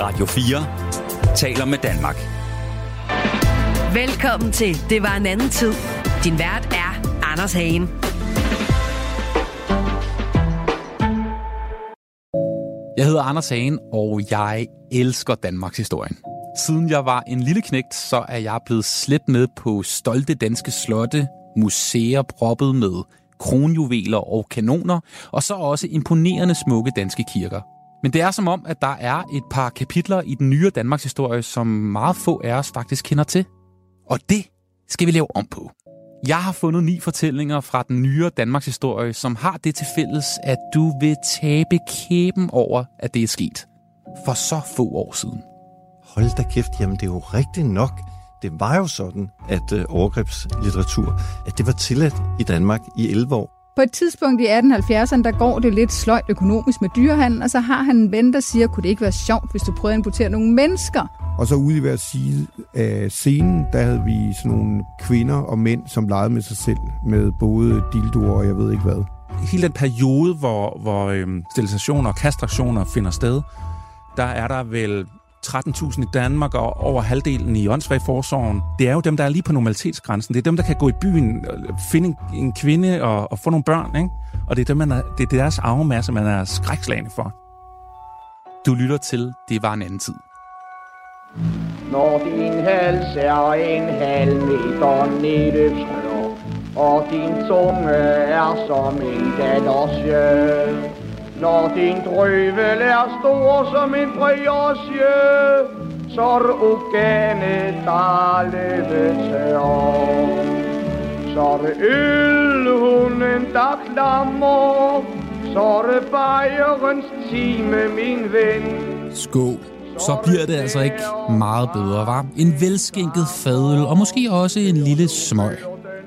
Radio 4 taler med Danmark. Velkommen til Det var en anden tid. Din vært er Anders Hagen. Jeg hedder Anders Hagen, og jeg elsker Danmarks historien. Siden jeg var en lille knægt, så er jeg blevet slæbt med på stolte danske slotte, museer proppet med kronjuveler og kanoner, og så også imponerende smukke danske kirker. Men det er som om, at der er et par kapitler i den nye Danmarks historie, som meget få af os faktisk kender til. Og det skal vi lave om på. Jeg har fundet 9 fortællinger fra den nye Danmarks historie, som har det til fælles, at du vil tabe kæben over, at det er sket for så få år siden. Hold da kæft, jamen det er jo rigtigt nok. Det var jo sådan, at overgrebslitteratur, at det var tilladt i Danmark i 11 år. På et tidspunkt i 1870'erne, der går det lidt sløjt økonomisk med dyrehandel, og så har han en ven, der siger, kunne det ikke være sjovt, hvis du prøvede at importere nogle mennesker? Og så ude i hver side af scenen, der havde vi sådan nogle kvinder og mænd, som legede med sig selv, med både dildoer og jeg ved ikke hvad. Hele den periode, hvor sterilisationer og kastraktioner finder sted, der er der vel 13.000 i Danmark og over halvdelen i åndssvageforsorgen. Det er jo dem, der er lige på normalitetsgrænsen. Det er dem, der kan gå i byen, finde en kvinde og få nogle børn, ikke? Og det er, det er deres arvemasse, man er skrækslagne for. Du lytter til Det var en anden tid. Når din hals er en halv meter nedløbsrør, og din tunge er som en galoche, når din drøvel er stor som en brioche, så er det organet, der løbetør. Så er det ølhunden, der klammer, så er det bajerens time, min ven. Skål. Så bliver det altså ikke meget bedre, hva'? En velskænket fadøl, og måske også en lille smøg.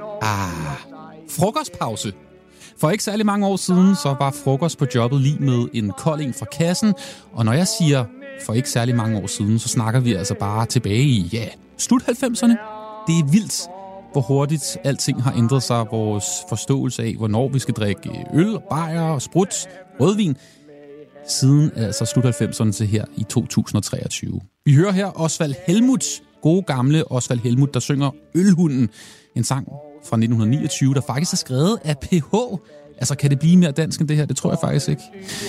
Frokostpause. For ikke særlig mange år siden, så var frokost på jobbet lige med en kold en fra kassen. Og når jeg siger for ikke særlig mange år siden, så snakker vi altså bare tilbage i, slut 90'erne. Det er vildt, hvor hurtigt alting har ændret sig. Vores forståelse af, hvornår vi skal drikke øl, bajer og sprut, rødvin, siden altså slut 90'erne til her i 2023. Vi hører her Osvald Helmuth, gode gamle Osvald Helmuth, der synger Ølhunden, en sang fra 1929, der faktisk er skrevet af PH. Altså, kan det blive mere dansk end det her? Det tror jeg faktisk ikke.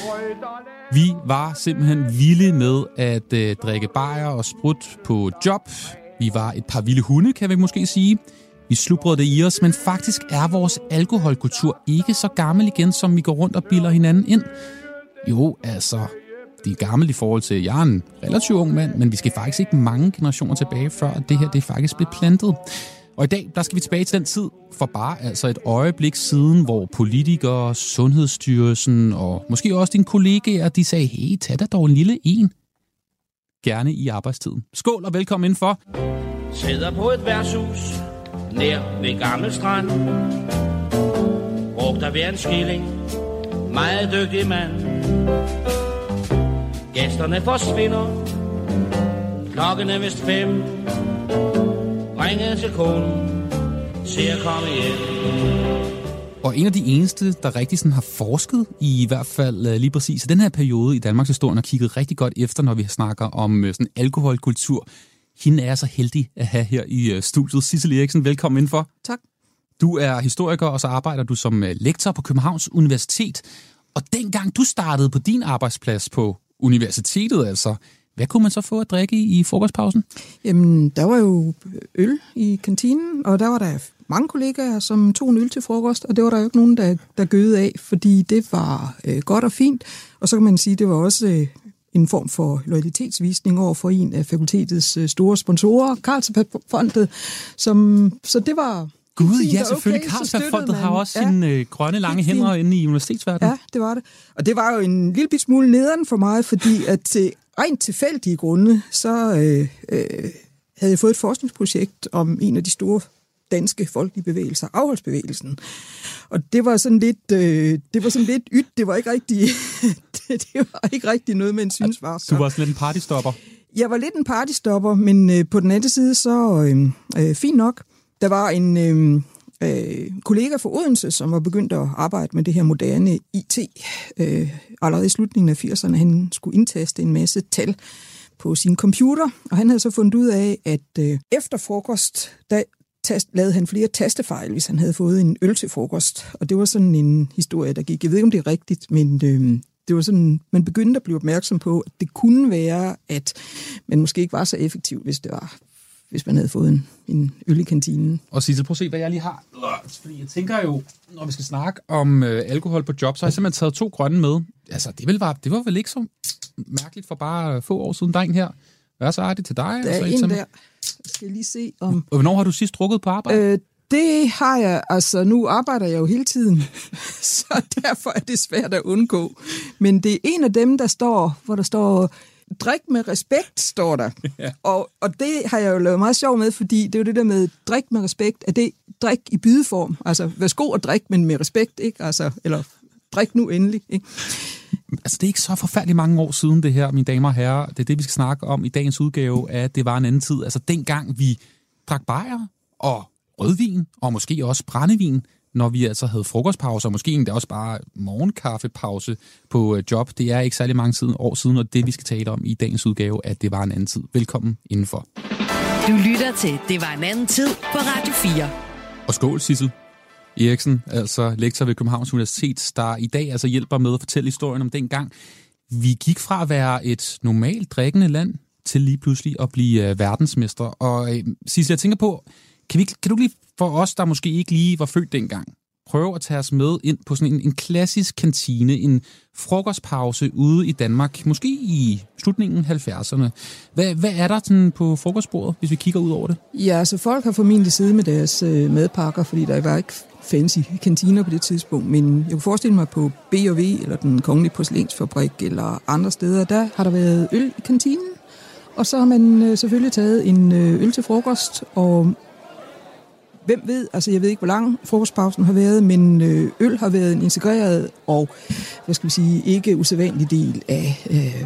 Vi var simpelthen vilde med at drikke bajer og sprut på job. Vi var et par vilde hunde, kan vi måske sige. Vi slubrede det i os, men faktisk er vores alkoholkultur ikke så gammel igen, som vi går rundt og bilder hinanden ind. Jo, altså, det er gammelt i forhold til, jeg er en relativt ung mand, men vi skal faktisk ikke mange generationer tilbage, før det her det faktisk blev plantet. Og i dag, der skal vi tilbage til den tid, for bare altså et øjeblik siden, hvor politikere, Sundhedsstyrelsen og måske også dine kollegaer, de sagde, hey, tag da dog en lille en. Gerne i arbejdstiden. Skål og velkommen indenfor. Sidder på et værtshus, nær ved Gammel Strand. Brugt af hver en skilling, meget dygtig mand. Gæsterne forsvinder, klokken er vist 5. Ringede til konen, se at komme hjem. Og en af de eneste, der rigtig sådan har forsket i hvert fald lige præcis i den her periode i Danmarks historie, og kigget rigtig godt efter, når vi snakker om sådan alkoholkultur. Hende er jeg så heldig at have her i studiet. Sissel Eriksen, velkommen indenfor. Tak. Du er historiker, og så arbejder du som lektor på Københavns Universitet. Og dengang du startede på din arbejdsplads på universitetet, altså, hvad kunne man så få at drikke i frokostpausen? Jamen, der var jo øl i kantinen, og der var der mange kollegaer, som tog en øl til frokost, og det var der jo ikke nogen, der gøede af, fordi det var godt og fint. Og så kan man sige, det var også en form for loyalitetsvisning over for en af fakultetets store sponsorer, Carlsbergfondet, så det var... Gud, ja, selvfølgelig. Okay, Carlsbergfondet har også sine grønne, lange hænder inde i universitetsverdenen. Ja, det var det. Og det var jo en lille bit smule nederen for mig, fordi at til rent tilfældige grunde, så havde jeg fået et forskningsprojekt om en af de store danske folkelige bevægelser, afholdsbevægelsen. Og det var sådan lidt, det var ikke rigtig, det var ikke rigtig noget, man synes var så. Du var sådan lidt en partystopper. Jeg var lidt en partystopper, men på den anden side så fint nok. Der var en kollega fra Odense, som var begyndt at arbejde med det her moderne IT. Allerede i slutningen af 80'erne, han skulle indtaste en masse tal på sin computer, og han havde så fundet ud af, at efter frokost, der lavede han flere tastefejl, hvis han havde fået en øl til frokost. Og det var sådan en historie, der gik. Jeg ved ikke, om det er rigtigt, men det var sådan, man begyndte at blive opmærksom på, at det kunne være, at man måske ikke var så effektiv, hvis man havde fået en øl i kantinen. Og Sissel, prøv at se, hvad jeg lige har. Fordi jeg tænker jo, når vi skal snakke om alkohol på job, så har jeg simpelthen taget 2 grønne med. Altså, det var vel ikke så mærkeligt for bare få år siden, drengen her. Hvad så er det til dig? Der er en der. Jeg skal lige se om... Og hvornår har du sidst drukket på arbejde? Det har jeg, altså nu arbejder jeg jo hele tiden, så derfor er det svært at undgå. Men det er en af dem, hvor der står, drik med respekt, står der. Ja. Og det har jeg jo lavet meget sjov med, fordi det er jo det der med, drik med respekt, at det drik i bydeform. Altså, værsgo og drik, men med respekt, ikke? Altså, eller drik nu endelig, ikke? Altså, det er ikke så forfærdeligt mange år siden det her, mine damer og herrer. Det er det, vi skal snakke om i dagens udgave af Det var en anden tid. Altså, dengang vi drak bajer og rødvin, og måske også brændevin, når vi altså havde frokostpause, og måske endda også bare morgenkaffepause på job. Det er ikke særlig mange år siden, og det vi skal tale om i dagens udgave, at det var en anden tid. Velkommen indenfor. Du lytter til Det var en anden tid på Radio 4. Og skål, Sissel Eriksen, altså lektor ved Københavns Universitet, der i dag altså hjælper med at fortælle historien om dengang. Vi gik fra at være et normalt drikkende land til lige pludselig at blive verdensmester. Og Sissel, jeg tænker på, kan du lige for os, der måske ikke lige var født dengang, prøve at tage os med ind på sådan en klassisk kantine, en frokostpause ude i Danmark, måske i slutningen af 70'erne. Hvad er der sådan på frokostbordet, hvis vi kigger ud over det? Ja, altså folk har formentlig siddet med deres madpakker, fordi der var ikke fancy kantiner på det tidspunkt, men jeg kunne forestille mig på B&V eller den Kongelige Porcelænsfabrik eller andre steder, der har der været øl i kantinen, og så har man selvfølgelig taget en øl til frokost, og hvem ved, altså jeg ved ikke, hvor lang frokostpausen har været, men øl har været en integreret og, ikke usædvanlig del af,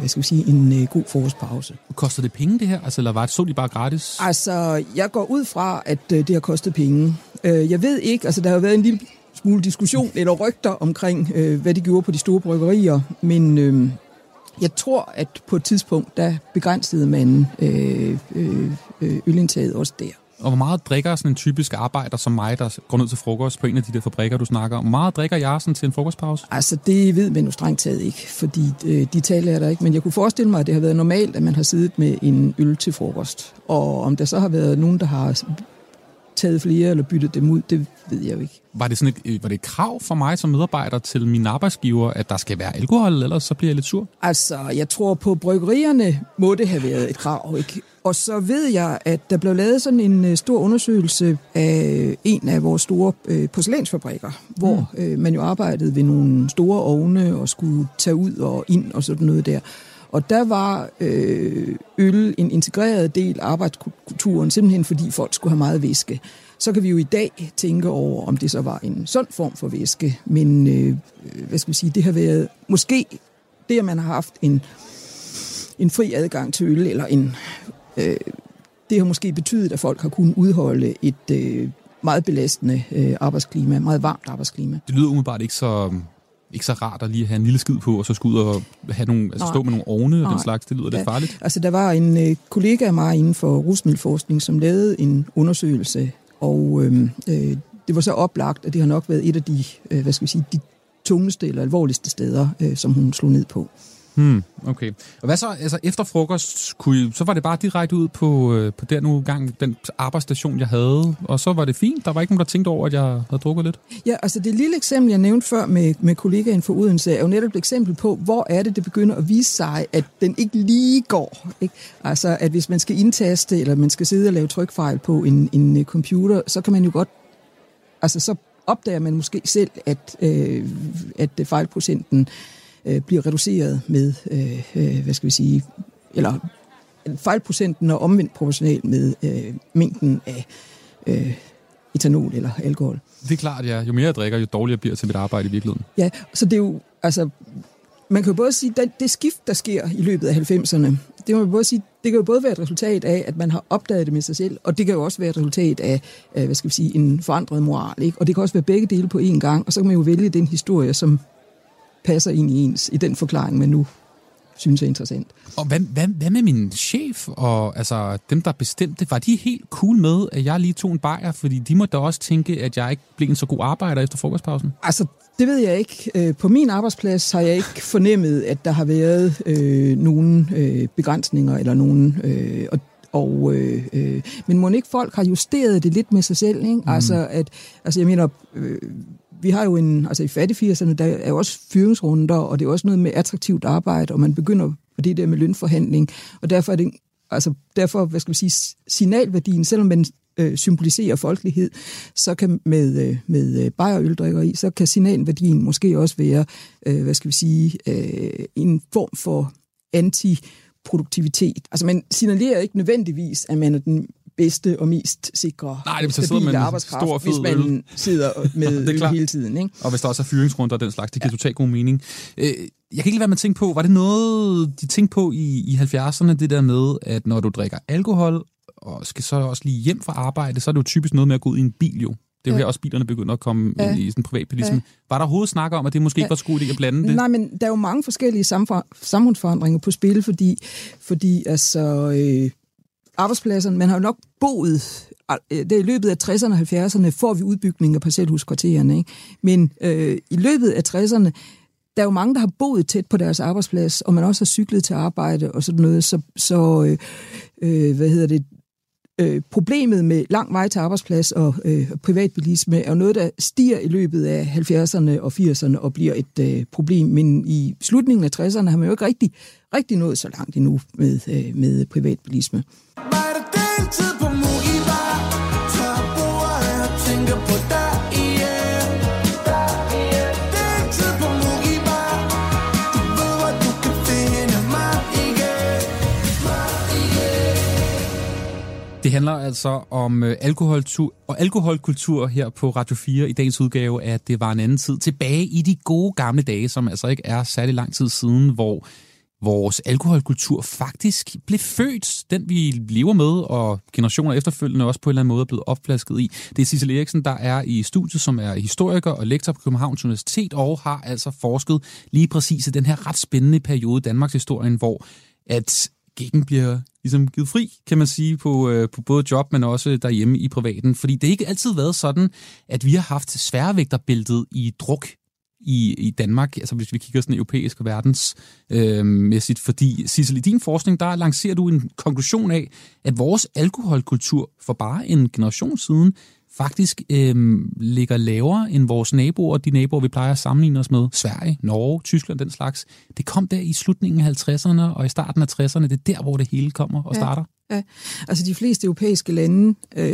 en god frokostpause. Koster det penge, det her? Altså, eller så de bare gratis? Altså, jeg går ud fra, at det har kostet penge. Jeg ved ikke, altså der har været en lille smule diskussion eller rygter omkring, hvad de gjorde på de store bryggerier, men jeg tror, at på et tidspunkt, der begrænsede man ølindtaget også der. Og hvor meget drikker sådan en typisk arbejder som mig, der går ned til frokost på en af de der fabrikker, du snakker om? Hvor meget drikker jeg sådan til en frokostpause? Altså, det ved man jo strengt taget ikke, fordi de taler er der ikke. Men jeg kunne forestille mig, at det har været normalt, at man har siddet med en øl til frokost. Og om der så har været nogen, der har taget flere eller byttet dem ud, det ved jeg jo ikke. Var det et krav for mig som medarbejder til min arbejdsgiver, at der skal være alkohol, ellers så bliver jeg lidt sur? Altså, jeg tror på bryggerierne må det have været et krav, ikke? Og så ved jeg, at der blev lavet sådan en stor undersøgelse af en af vores store porcelænsfabrikker, hvor man jo arbejdede ved nogle store ovne og skulle tage ud og ind og sådan noget der. Og der var øl en integreret del af arbejdskulturen, simpelthen fordi folk skulle have meget væske. Så kan vi jo i dag tænke over, om det så var en sund form for væske. Men det har været måske det, at man har haft en fri adgang til øl, eller det har måske betydet, at folk har kunnet udholde et meget belastende arbejdsklima, meget varmt arbejdsklima. Det lyder umiddelbart ikke så rart at lige have en lille skid på, og så skulle ud og have stå med nogle ovne og den slags. Det lyder lidt farligt. Altså, der var en kollega af mig inden for rusmiddelforskning, som lavede en undersøgelse, og det var så oplagt, at det har nok været et af de, de tungeste eller alvorligste steder, som hun slog ned på. Okay. Og hvad så, altså efter frokost, så var det bare direkte ud på den arbejdsstation, jeg havde, og så var det fint? Der var ikke nogen, der tænkte over, at jeg havde drukket lidt? Ja, altså det lille eksempel, jeg nævnte før med kollegaen fra Odense, er jo netop et eksempel på, hvor er det begynder at vise sig, at den ikke lige går. Ikke? Altså, at hvis man skal indtaste, eller man skal sidde og lave trykfejl på en computer, så kan man jo godt, altså så opdager man måske selv, at fejlprocenten bliver reduceret med, eller fejlprocenten er omvendt proportional med mængden af etanol eller alkohol. Det er klart, ja. Jo mere jeg drikker, jo dårligere bliver til mit arbejde i virkeligheden. Ja, så det er jo, altså, man kan jo både sige, at det skift, der sker i løbet af 90'erne, det kan jo både være et resultat af, at man har opdaget det med sig selv, og det kan jo også være et resultat af, en forandret moral, ikke? Og det kan også være begge dele på én gang, og så kan man jo vælge den historie, som passer ind i den forklaring, man nu synes er interessant. Og hvad med min chef og altså dem, der bestemte? Var de helt cool med, at jeg lige tog en bajer? Fordi de må da også tænke, at jeg ikke blev en så god arbejder efter frokostpausen. Altså, det ved jeg ikke. På min arbejdsplads har jeg ikke fornemmet, at der har været nogen begrænsninger eller nogen... men må ikke folk har justeret det lidt med sig selv, ikke? Altså jeg mener, vi har jo i fattig-80'erne, der er jo også fyringsrunder, og det er også noget med attraktivt arbejde, og man begynder på det der med lønforhandling, og derfor er det, hvad skal vi sige, signalværdien, selvom man symboliserer folkelighed, så kan med bajer og øldrikkeri, så kan signalværdien måske også være, hvad skal vi sige, en form for antiproduktivitet. Altså man signalerer ikke nødvendigvis, at man er den bedste og mest sikre stabile arbejdskraft, hvis man sidder med øl hele tiden. Ikke? Og hvis der også er fyringsrunder og den slags, det giver totalt god mening. Jeg kan ikke lade være med at tænke på, var det noget, de tænkte på i 70'erne, det der med, at når du drikker alkohol, og skal så også lige hjem fra arbejde, så er det jo typisk noget med at gå ud i en bil jo. Det er jo her også bilerne begynder at komme ind i sådan en privatbilisme. Ja. Var der overhovedet snakker om, at det måske ikke var sgu idé at blande det? Nej, men der er jo mange forskellige samfundsforandringer på spil, fordi arbejdspladserne, man har jo nok boet, det er i løbet af 60'erne og 70'erne, får vi udbygning af parcelhuskvartererne, ikke? Men i løbet af 60'erne, der er jo mange, der har boet tæt på deres arbejdsplads, og man også har cyklet til arbejde og sådan noget, problemet med lang vej til arbejdsplads og privatbilisme er jo noget, der stiger i løbet af 70'erne og 80'erne og bliver et problem. Men i slutningen af 60'erne har man jo ikke rigtig nået så langt endnu med privatbilisme. Det handler altså om alkoholkultur her på Radio 4 i dagens udgave, at det var en anden tid tilbage i de gode gamle dage, som altså ikke er særlig lang tid siden, hvor vores alkoholkultur faktisk blev født. Den vi lever med, og generationer efterfølgende også på en eller anden måde er blevet opflasket i. Det er Sissel Eriksen, der er i studiet, som er historiker og lektor på Københavns Universitet, og har altså forsket lige præcis i den her ret spændende periode i Danmarks historien, hvor at gækken bliver ligesom givet fri, kan man sige, på både job, men også derhjemme i privaten. Fordi det har ikke altid været sådan, at vi har haft sværvægterbæltet i druk i Danmark, altså hvis vi kigger sådan europæisk og verdensmæssigt. Fordi, Sissel, i din forskning, der lancerer du en konklusion af, at vores alkoholkultur for bare en generation siden faktisk ligger lavere end vores naboer, de naboer, vi plejer at sammenligne os med. Sverige, Norge, Tyskland, den slags. Det kom der i slutningen af 50'erne og i starten af 60'erne. Det er der, hvor det hele kommer og starter. Ja. Altså de fleste europæiske lande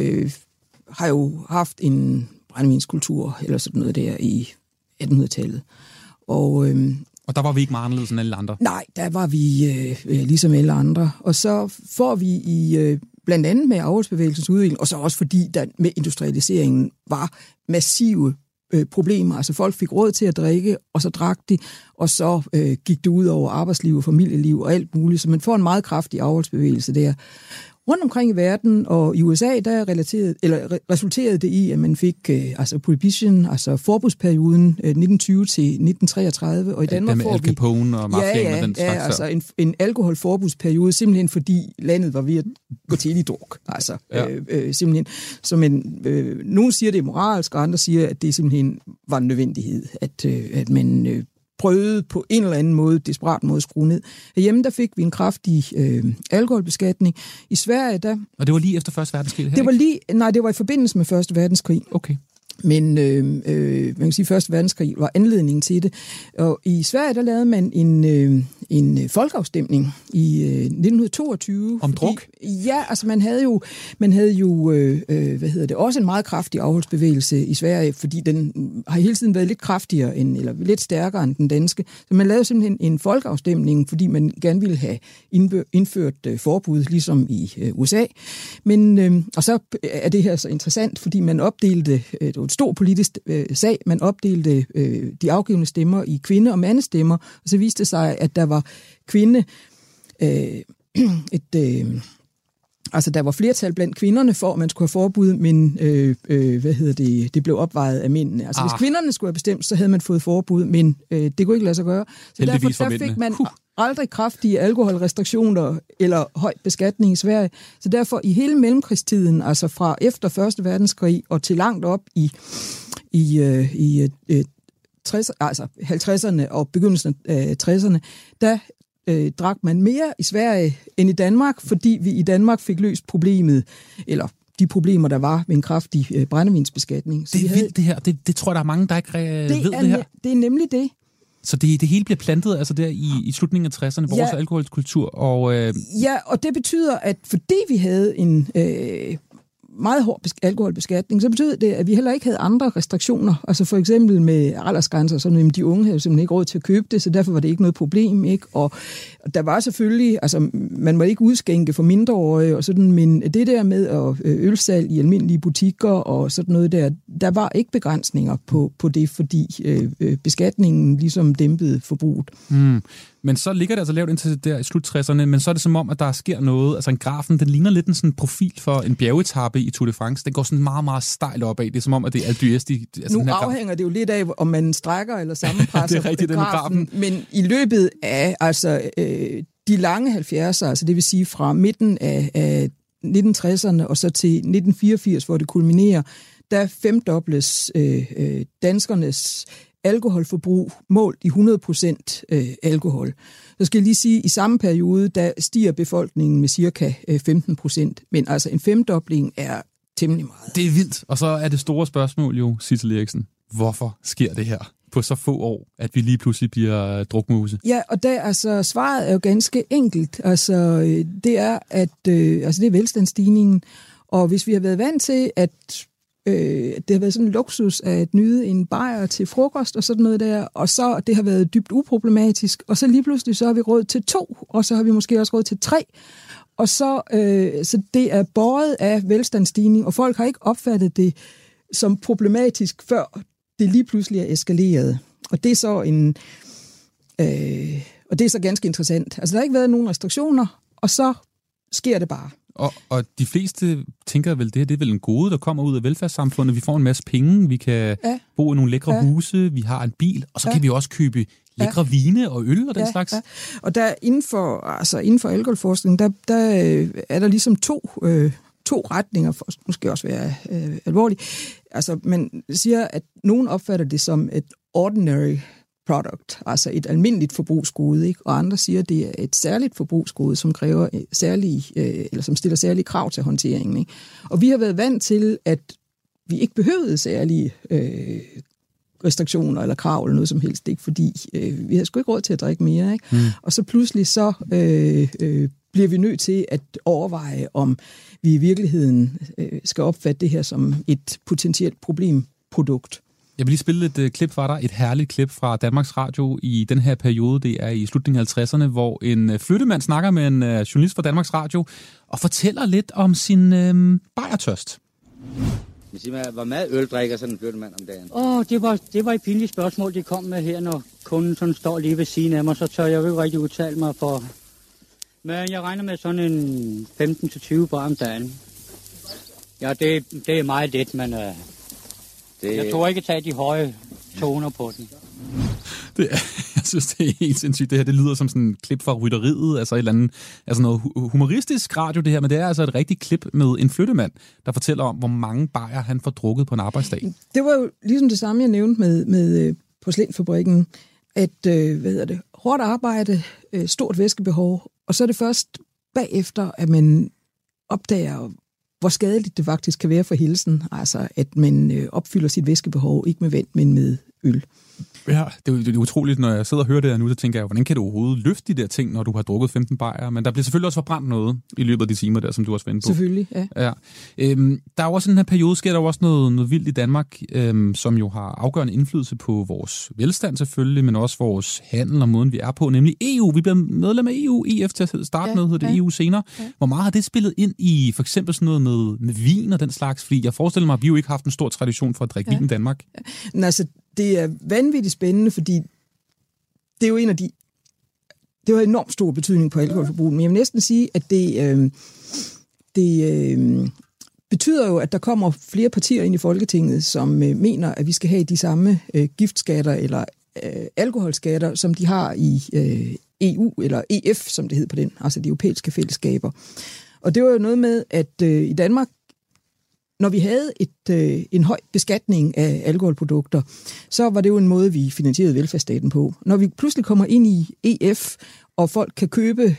har jo haft en brændevinskultur eller sådan noget der i 1800-tallet. Og der var vi ikke meget anderledes end alle andre? Nej, der var vi ligesom alle andre. Og så får vi i blandt andet med avlsbevægelsens udvikling, og så også fordi der med industrialiseringen var massive problemer. Altså folk fik råd til at drikke, og så drak de, og så gik det ud over arbejdsliv og familieliv og alt muligt. Så man får en meget kraftig avlsbevægelse der. Rundt omkring i verden og i USA, der resulterede det i, at man fik prohibition, altså forbudsperioden 1920 til 1933, og i Danmark får vi... Al Capone og mafiaen og den slags. Ja, altså en alkoholforbudsperiode, simpelthen fordi landet var ved at gå til i druk. Altså, simpelthen. Så nogen siger, det er moralsk, og andre siger, at det simpelthen var en nødvendighed, at man... prøvede på en eller anden måde, desperat måde at skrue ned. Herhjemme, der fik vi en kraftig alkoholbeskatning. I Sverige, der... Og det var lige efter 1. verdenskrig? Det var i forbindelse med 1. verdenskrig. Okay. Men man kan sige, at 1. verdenskrig var anledningen til det. Og i Sverige, der lavede man en folkeafstemning i 1922. Om druk? Ja, altså man havde jo også en meget kraftig afholdsbevægelse i Sverige, fordi den har hele tiden været lidt kraftigere, eller lidt stærkere end den danske. Så man lavede simpelthen en folkeafstemning, fordi man gerne ville have indført forbud, ligesom i USA. Men, og så er det her så interessant, fordi man opdelte, det var et stort politisk sag, man opdelte de afgivende stemmer i kvinde- og mandestemmer, og så viste det sig, at der var kvinde, der var flertal blandt kvinderne for, at man skulle have forbud, men det blev opvejet af mændene. Altså hvis kvinderne skulle have bestemt, så havde man fået forbud, men det kunne ikke lade sig gøre. Så derfor aldrig kraftige alkoholrestriktioner eller høj beskatning i Sverige. Så derfor i hele mellemkrigstiden, altså fra efter 1. verdenskrig og til langt op i 50'erne og begyndelsen af 60'erne, der drak man mere i Sverige end i Danmark, fordi vi i Danmark fik løst problemet, eller de problemer, der var med en kraftig brændevinsbeskatning. Så det er vildt det her. Det tror jeg, der er mange, der ikke ved det her. Det er nemlig det. Så det hele bliver plantet altså der i slutningen af 60'erne, vores alkoholkultur. Og, Ja, og det betyder, at fordi vi havde en meget hård alkoholbeskatning, så betyder det, at vi heller ikke havde andre restriktioner. Altså for eksempel med aldersgrænser, så de unge havde simpelthen ikke råd til at købe det, så derfor var det ikke noget problem. Ikke? Og der var selvfølgelig, altså man må ikke udskænke for mindreårige og sådan, men det der med at ølsalg i almindelige butikker og sådan noget der var ikke begrænsninger på det, fordi beskatningen ligesom dæmpede forbruget. Men så ligger det altså lavt indtil der i slut 60'erne, men så er det som om, at der sker noget. Altså en grafen, den ligner lidt en sådan profil for en bjergetappe i Tour de France. Den går sådan meget, meget stejlt opad. Det er som om, at det er Alpe d'Huez. Altså nu afhænger det jo lidt af, om man strækker eller sammenpresser det er rigtigt, grafen. Men i løbet af de lange 70'er, altså det vil sige fra midten af 1960'erne og så til 1984, hvor det kulminerer, der femdobles danskernes alkoholforbrug målt i 100% alkohol. Så skal jeg lige sige, at i samme periode, der stiger befolkningen med cirka 15%, men altså en femdobling er temmelig meget. Det er vildt, og så er det store spørgsmål jo, Sissel Eriksen. Hvorfor sker det her på så få år, at vi lige pludselig bliver drukmuse? Ja, og svaret er jo ganske enkelt. Altså, det er, at det er velstandsstigningen, og hvis vi har været vant til, at det har været sådan en luksus at nyde en bajer til frokost og sådan noget der, og så det har været dybt uproblematisk, og så lige pludselig så har vi råd til 2, og så har vi måske også råd til 3, og så det er båret af velstandsstigning, og folk har ikke opfattet det som problematisk, før det lige pludselig er eskaleret. Og det er så ganske interessant. Altså der har ikke været nogen restriktioner, og så sker det bare. Og de fleste tænker vel, det er vel en gode, der kommer ud af velfærdssamfundet. Vi får en masse penge, vi kan bo i nogle lækre huse, vi har en bil, og så kan vi også købe lækre vine og øl og den slags. Ja. Og der inden for alkoholforskning, der er der ligesom to retninger, for måske også være alvorligt. Altså man siger, at nogen opfatter det som et ordinary product, altså et almindeligt forbrugsgode, ikke? Og andre siger, at det er et særligt forbrugsgode, som kræver eller som stiller særlige krav til håndteringen, ikke? Og vi har været vant til, at vi ikke behøvede særlige restriktioner eller krav eller noget som helst, ikke? Fordi vi havde sgu ikke råd til at drikke mere, ikke? Og så pludselig så bliver vi nødt til at overveje, om vi i virkeligheden skal opfatte det her som et potentielt problemprodukt. Jeg vil lige spille et klip fra dig, et herligt klip fra Danmarks Radio i den her periode. Det er i slutningen af 50'erne, hvor en flyttemand snakker med en journalist fra Danmarks Radio og fortæller lidt om sin bajertørst. Sig mig, hvor meget øl drikker sådan en flyttemand om dagen? Det var et pinligt spørgsmål, de kom med her, når kunden sådan står lige ved siden af mig, så tør jeg jo ikke rigtig udtale mig for. Men jeg regner med sådan en 15-20 bar om dagen. Ja, det er meget let, men jeg tror ikke at tage de høje toner på den. Jeg synes, det er helt sindssygt. Det her, det lyder som sådan et klip fra rytteriet, altså et eller andet, altså noget humoristisk radio det her, men det er altså et rigtigt klip med en flyttemand, der fortæller om, hvor mange bajer han får drukket på en arbejdsdag. Det var jo ligesom det samme, jeg nævnte med porcelænsfabrikken, at hårdt arbejde, stort væskebehov, og så er det først bagefter, at man opdager, hvor skadeligt det faktisk kan være for helsen, altså at man opfylder sit væskebehov, ikke med vand, men med øl. Ja, det er utroligt, når jeg sidder og hører det her nu, så tænker jeg, hvordan kan du overhovedet løfte de der ting, når du har drukket 15 bajer? Men der bliver selvfølgelig også forbrændt noget i løbet af de timer der, som du også var inde på. Selvfølgelig, ja. Der er jo også i den her periode, sker der jo også noget vildt i Danmark, som jo har afgørende indflydelse på vores velstand selvfølgelig, men også vores handel og måden, vi er på, nemlig EU. Vi bliver medlem af EU, EF til at starte med, hedder det EU senere. Ja. Hvor meget har det spillet ind i for eksempel sådan noget med vin og den slags? Fordi jeg forestiller mig, at vi jo ikke har haft en stor tradition for at drikke vin i Danmark. Ja. Men altså, det er vanvittigt spændende, fordi det er jo det har enormt stor betydning på alkoholforbruget, men jeg vil næsten sige, at det betyder jo, at der kommer flere partier ind i Folketinget, som mener, at vi skal have de samme giftskatter eller alkoholskatter, som de har i EU, eller EF, som det hed på den, altså de europæiske fællesskaber. Og det var jo noget med, at i Danmark, når vi havde en høj beskatning af alkoholprodukter, så var det jo en måde, vi finansierede velfærdsstaten på. Når vi pludselig kommer ind i EF, og folk kan købe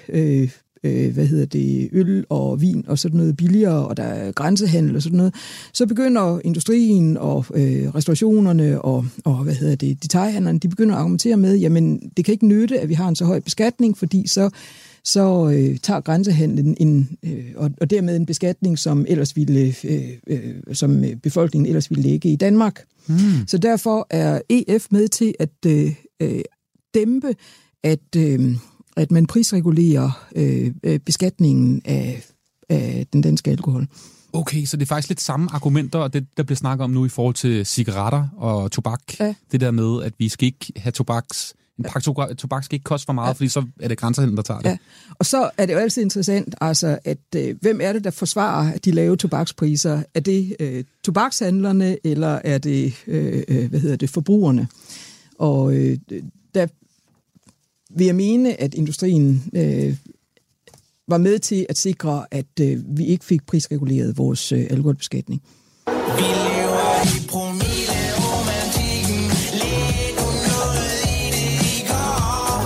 øl og vin og sådan noget billigere, og der er grænsehandel og sådan noget, så begynder industrien og restaurationerne og detailhandlerne, de begynder at argumentere med, jamen det kan ikke nytte, at vi har en så høj beskatning, fordi så tager grænsehandlen og dermed en beskatning, som ellers ville, som befolkningen ellers ville lægge i Danmark. Så derfor er EF med til at dæmpe, at man prisregulerer beskatningen af den danske alkohol. Okay, så det er faktisk lidt samme argumenter, og det, der bliver snakket om nu i forhold til cigaretter og tobak. Ja. Det der med, at vi skal ikke have en pakke tobak skal ikke koste for meget, fordi så er det grænsehandlen, der tager det. Ja. Og så er det jo altid interessant, altså, at hvem er det, der forsvarer de lave tobakspriser? Er det tobakshandlerne, eller er det forbrugerne? Og der vil jeg mene, at industrien var med til at sikre, at vi ikke fik prisreguleret vores alkoholbeskatning. Vi lever i promille, romantikken, lidt noget i det i går.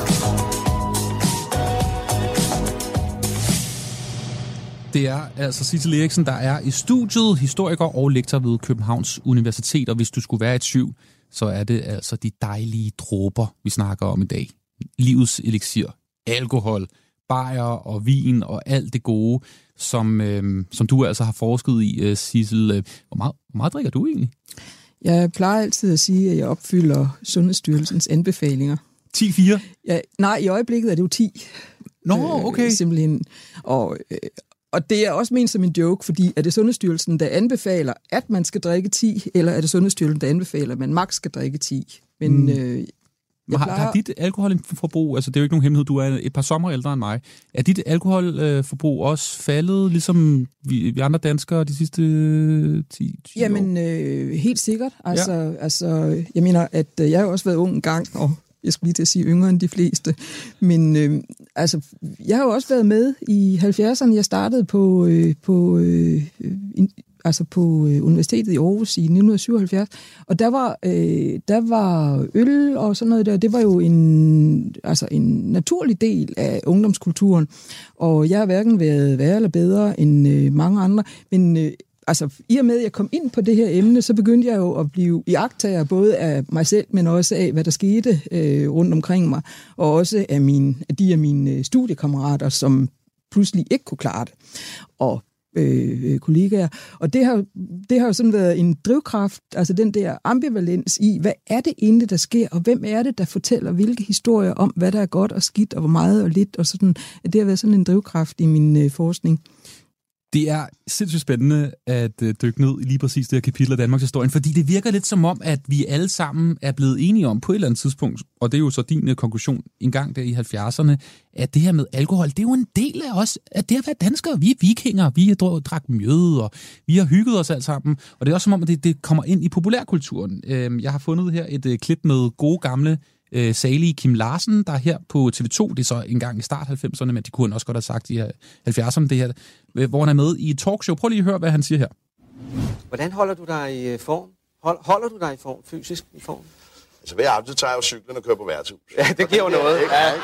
Det er altså Sissel Eriksen, der er i studiet, historiker og lektor ved Københavns Universitet, og hvis du skulle være i tvivl, så er det altså de dejlige dråber, vi snakker om i dag. Livets elixir, alkohol, bajer og vin og alt det gode, som du altså har forsket i, Sissel. Hvor meget drikker du egentlig? Jeg plejer altid at sige, at jeg opfylder Sundhedsstyrelsens anbefalinger. 10-4? Ja, nej, i øjeblikket er det jo 10. Nå, okay. Simpelthen. Og det er også ment som en joke, fordi er det Sundhedsstyrelsen, der anbefaler, at man skal drikke 10, eller er det Sundhedsstyrelsen, der anbefaler, at man maks skal drikke 10? Men har dit alkoholforbrug, altså det er jo ikke nogen hemmelighed, du er et par sommer ældre end mig, er dit alkoholforbrug også faldet, ligesom vi andre danskere de sidste 10 år? Jamen, helt sikkert. Altså, jeg mener, at jeg har også været ung en gang, og jeg skulle lige til at sige yngre end de fleste, men jeg har jo også været med i 70'erne. Jeg startede på Universitetet i Aarhus i 1977, og der var øl og sådan noget der. Det var jo en naturlig del af ungdomskulturen, og jeg har hverken været værre eller bedre end mange andre, men i og med, at jeg kom ind på det her emne, så begyndte jeg jo at blive iagttager både af mig selv, men også af, hvad der skete rundt omkring mig, og også af de af mine studiekammerater, som pludselig ikke kunne klare det. Og kollegaer. Og det har jo sådan været en drivkraft, altså den der ambivalens i, hvad er det egentlig, der sker, og hvem er det, der fortæller hvilke historier om, hvad der er godt og skidt, og hvor meget og lidt, og sådan. Det har været sådan en drivkraft i min forskning. Det er sindssygt spændende at dykke ned i lige præcis det her kapitel af Danmarks historie, fordi det virker lidt som om, at vi alle sammen er blevet enige om på et eller andet tidspunkt, og det er jo så din konklusion en gang der i 70'erne, at det her med alkohol, det er jo en del af os, at det at være danskere, vi er vikinger, vi har drak mjød, og vi har hygget os alt sammen, og det er også som om, at det kommer ind i populærkulturen. Jeg har fundet her et klip med gode gamle salige Kim Larsen, der er her på TV2, det er så en gang i start 90'erne, men det kunne han også godt have sagt i 70'erne, det her, hvor han er med i et talkshow. Prøv lige at høre, hvad han siger her. Hvordan holder du dig i form? Holder du dig i form, fysisk i form? Altså hver aften tager jeg jo cyklen og kører på værtshus. Ja, det giver jo noget.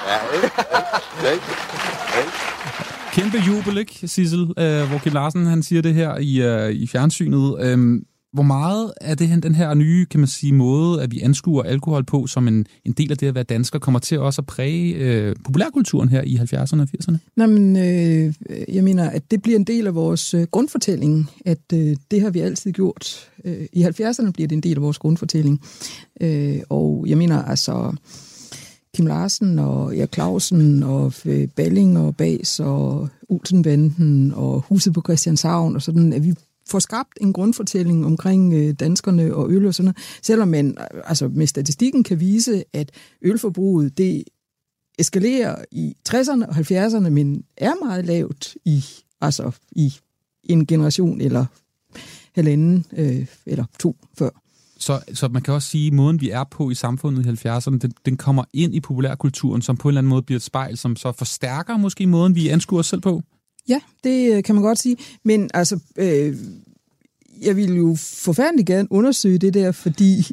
Kæmpe jubel, ikke, Sissel, hvor Kim Larsen han siger det her i fjernsynet. Hvor meget af den her nye, kan man sige, måde, at vi anskuer alkohol på som en del af det at være dansker, kommer til også at præge populærkulturen her i 70'erne og 80'erne? Nå, men jeg mener, at det bliver en del af vores grundfortælling, at det har vi altid gjort. I 70'erne bliver det en del af vores grundfortælling. Og jeg mener, altså Kim Larsen og Erik Clausen og Balling og Bas og Olsenbanden og Huset på Christianshavn og sådan, at vi får skabt en grundfortælling omkring danskerne og øl og sådan noget, selvom man med statistikken kan vise, at ølforbruget, det eskalerer i 60'erne og 70'erne, men er meget lavt i en generation eller halvanden eller to før. Så man kan også sige, at måden, vi er på i samfundet i 70'erne, den kommer ind i populærkulturen, som på en eller anden måde bliver et spejl, som så forstærker måske måden, vi anskuer os selv på? Ja, det kan man godt sige. Men altså, jeg ville jo forfærdeligt gerne undersøge det der, fordi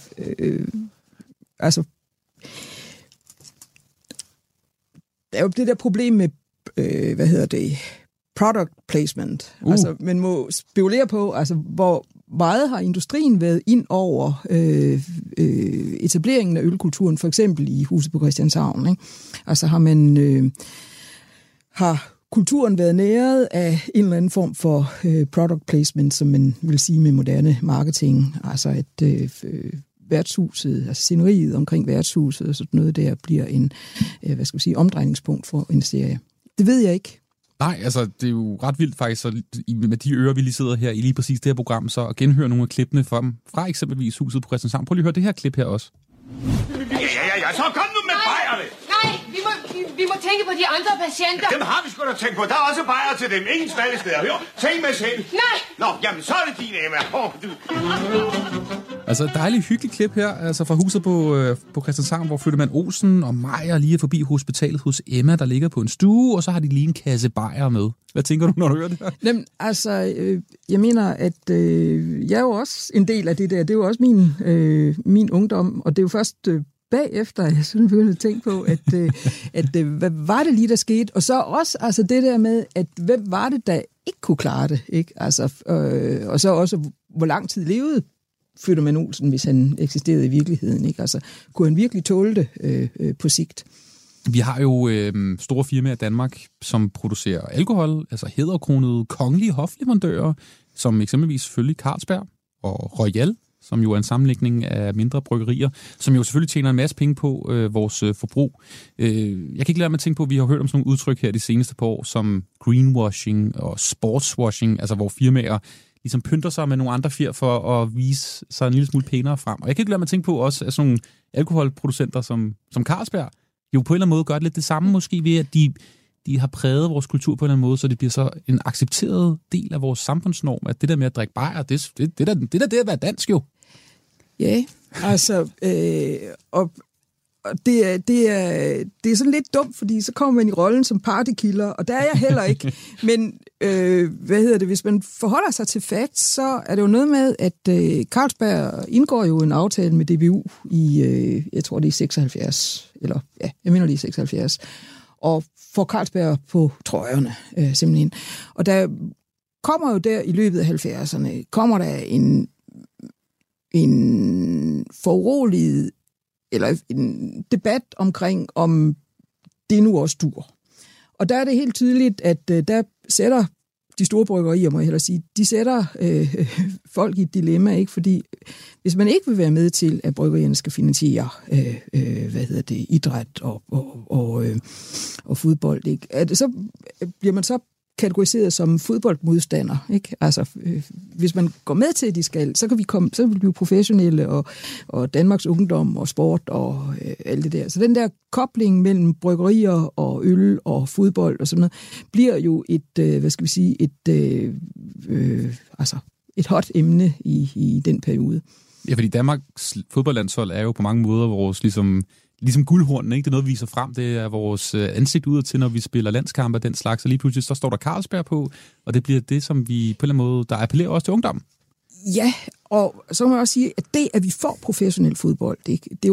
altså, der er jo det der problem med, product placement. Altså, man må spekulere på, altså, hvor meget har industrien været ind over etableringen af ølkulturen, for eksempel i Huset på Christianshavn, ikke? Altså har kulturen været næret af en eller anden form for product placement, som man vil sige med moderne marketing, altså at værtshuset, altså sceneriet omkring værtshuset og sådan noget der bliver en, omdrejningspunkt for en serie. Det ved jeg ikke. Nej, altså det er jo ret vildt faktisk, så med de ører, vi lige sidder her i lige præcis det her program, så at genhøre nogle af klippene fra eksempelvis Huset på Christianshavn. Prøv lige at høre det her klip her også. Ja, så kom nu med bajerne! Nej, vi må tænke på de andre patienter. Dem har vi sgu da tænkt på. Der er også bajer til dem. Ingen smalle steder. Hør, tænk med selv. Nej! Nå, jamen så er det din, Emma. Altså et dejligt hyggeligt klip her, altså fra Huset på Christianshavn, hvor Flyttemann Olsen og Meyer lige er forbi hospitalet hos Emma, der ligger på en stue, og så har de lige en kasse bajer med. Hvad tænker du, når du hører det her? Jamen, altså, jeg mener, at jeg er jo også en del af det der. Det er jo også min ungdom, og det er jo først bagefter, jeg sådan begyndte at tænke på, at hvad var det lige, der skete? Og så også altså det der med, at hvem var det, der ikke kunne klare det? Ikke? Altså, og så også, hvor lang tid levede Flyttemann Olsen, hvis han eksisterede i virkeligheden? Ikke? Altså, kunne han virkelig tåle det på sigt? Vi har jo store firmaer i Danmark, som producerer alkohol, altså hæderkronede kongelige hofleverandører, som eksempelvis selvfølgelig Carlsberg og Royal, som jo er en sammenlægning af mindre bryggerier, som jo selvfølgelig tjener en masse penge på vores forbrug. Jeg kan ikke lade mig at tænke på, at vi har hørt om sådan nogle udtryk her de seneste par år, som greenwashing og sportswashing, altså hvor firmaer ligesom pynter sig med nogle andre fjer for at vise sig en lille smule pænere frem. Og jeg kan ikke lade mig at tænke på også, at sådan nogle alkoholproducenter som Carlsberg jo på en eller anden måde gør det lidt det samme, måske ved, at de har præget vores kultur på en eller anden måde, så det bliver så en accepteret del af vores samfundsnorm, at det der med at drikke bajer, det er det at være dansk jo. Ja, altså, og det er sådan lidt dumt, fordi så kommer man i rollen som partykiller, og der er jeg heller ikke. Men hvis man forholder sig til facts, så er det jo noget med, at Carlsberg indgår jo en aftale med DBU i, jeg tror det er 76, eller ja, jeg mener det er 76, og får Carlsberg på trøjerne, simpelthen. Og der kommer jo der i løbet af 70'erne, kommer der en foruroliget, eller en debat omkring, om det nu også dur. Og der er det helt tydeligt, at der sætter de store bryggerier, må jeg hellere sige, de sætter folk i et dilemma, ikke? Fordi hvis man ikke vil være med til, at bryggerierne skal finansiere idræt og fodbold, ikke? Så bliver man så kategoriseret som fodboldmodstander, ikke? Altså, hvis man går med til, at de skal, så vil vi blive professionelle, og Danmarks ungdom og sport og alt det der. Så den der kobling mellem bryggerier og øl og fodbold og sådan noget, bliver jo et hot emne i den periode. Ja, fordi Danmarks fodboldlandshold er jo på mange måder vores ligesom guldhornen, ikke? Det er noget, vi viser frem. Det er vores ansigt udad til, når vi spiller landskampe og den slags. Og lige pludselig, så står der Carlsberg på, og det bliver det, som vi på en eller anden måde, der appellerer også til ungdommen. Ja, og så må jeg også sige, at det, at vi får professionel fodbold, det er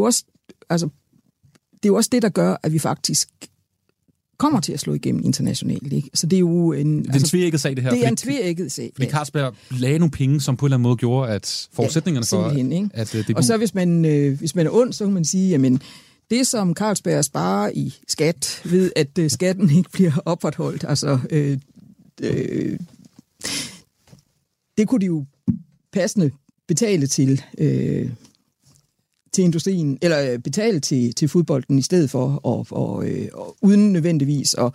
jo også det, der gør, at vi faktisk kommer til at slå igennem internationalt, ikke? Så det er jo en tveægget sag, det her. Det er en tveægget sag. Fordi Carlsberg lagde nogle penge, som på en eller anden måde gjorde, at forudsætningerne for, at det og så hvis man er ond, så kan man sige, jamen, det, som Carlsberg sparer i skat, ved at skatten ikke bliver opretholdt, altså, det kunne de jo passende betale til industrien, eller betale til fodbolden i stedet for, og uden nødvendigvis at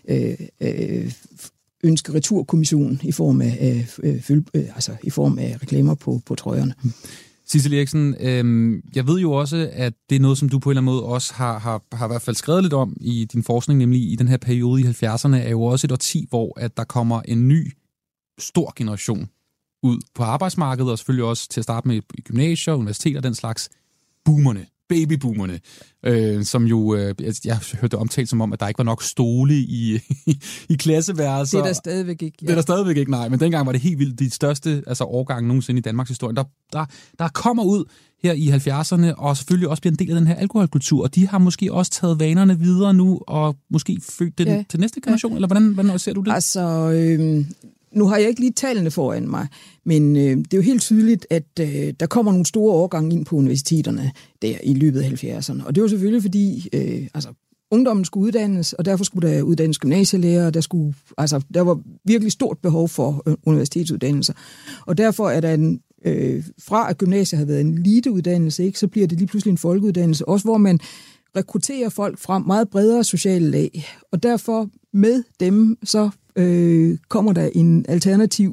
ønske returkommissionen i form af reklamer på trøjerne. Sissel Eriksen, jeg ved jo også, at det er noget, som du på en eller anden måde også har i hvert fald skrevet lidt om i din forskning, nemlig i den her periode i 70'erne, er jo også et årti, hvor at der kommer en ny stor generation ud på arbejdsmarkedet, og selvfølgelig også til at starte med i gymnasier, universiteter og den slags. Boomerne, babyboomerne, som jo, jeg hørte omtalt som om, at der ikke var nok stole i klasseværelser. Det er der stadigvæk ikke. Ja. Det er der stadigvæk ikke, nej. Men dengang var det helt vildt de største årgange nogensinde i Danmarks historie. Der kommer ud her i 70'erne, og selvfølgelig også bliver en del af den her alkoholkultur, og de har måske også taget vanerne videre nu, og måske født den til næste generation, eller hvordan ser du det? Altså, nu har jeg ikke lige tallene foran mig, men det er jo helt tydeligt, at der kommer nogle store årgange ind på universiteterne der i løbet af 70'erne, og det var selvfølgelig fordi, ungdommen skulle uddannes, og derfor skulle der uddannes gymnasielærer, der var virkelig stort behov for universitetsuddannelser, og derfor er der fra at gymnasiet har været en eliteuddannelse, ikke, så bliver det lige pludselig en folkeuddannelse, også hvor man rekrutterer folk fra meget bredere sociale lag, og derfor med dem så kommer der en alternativ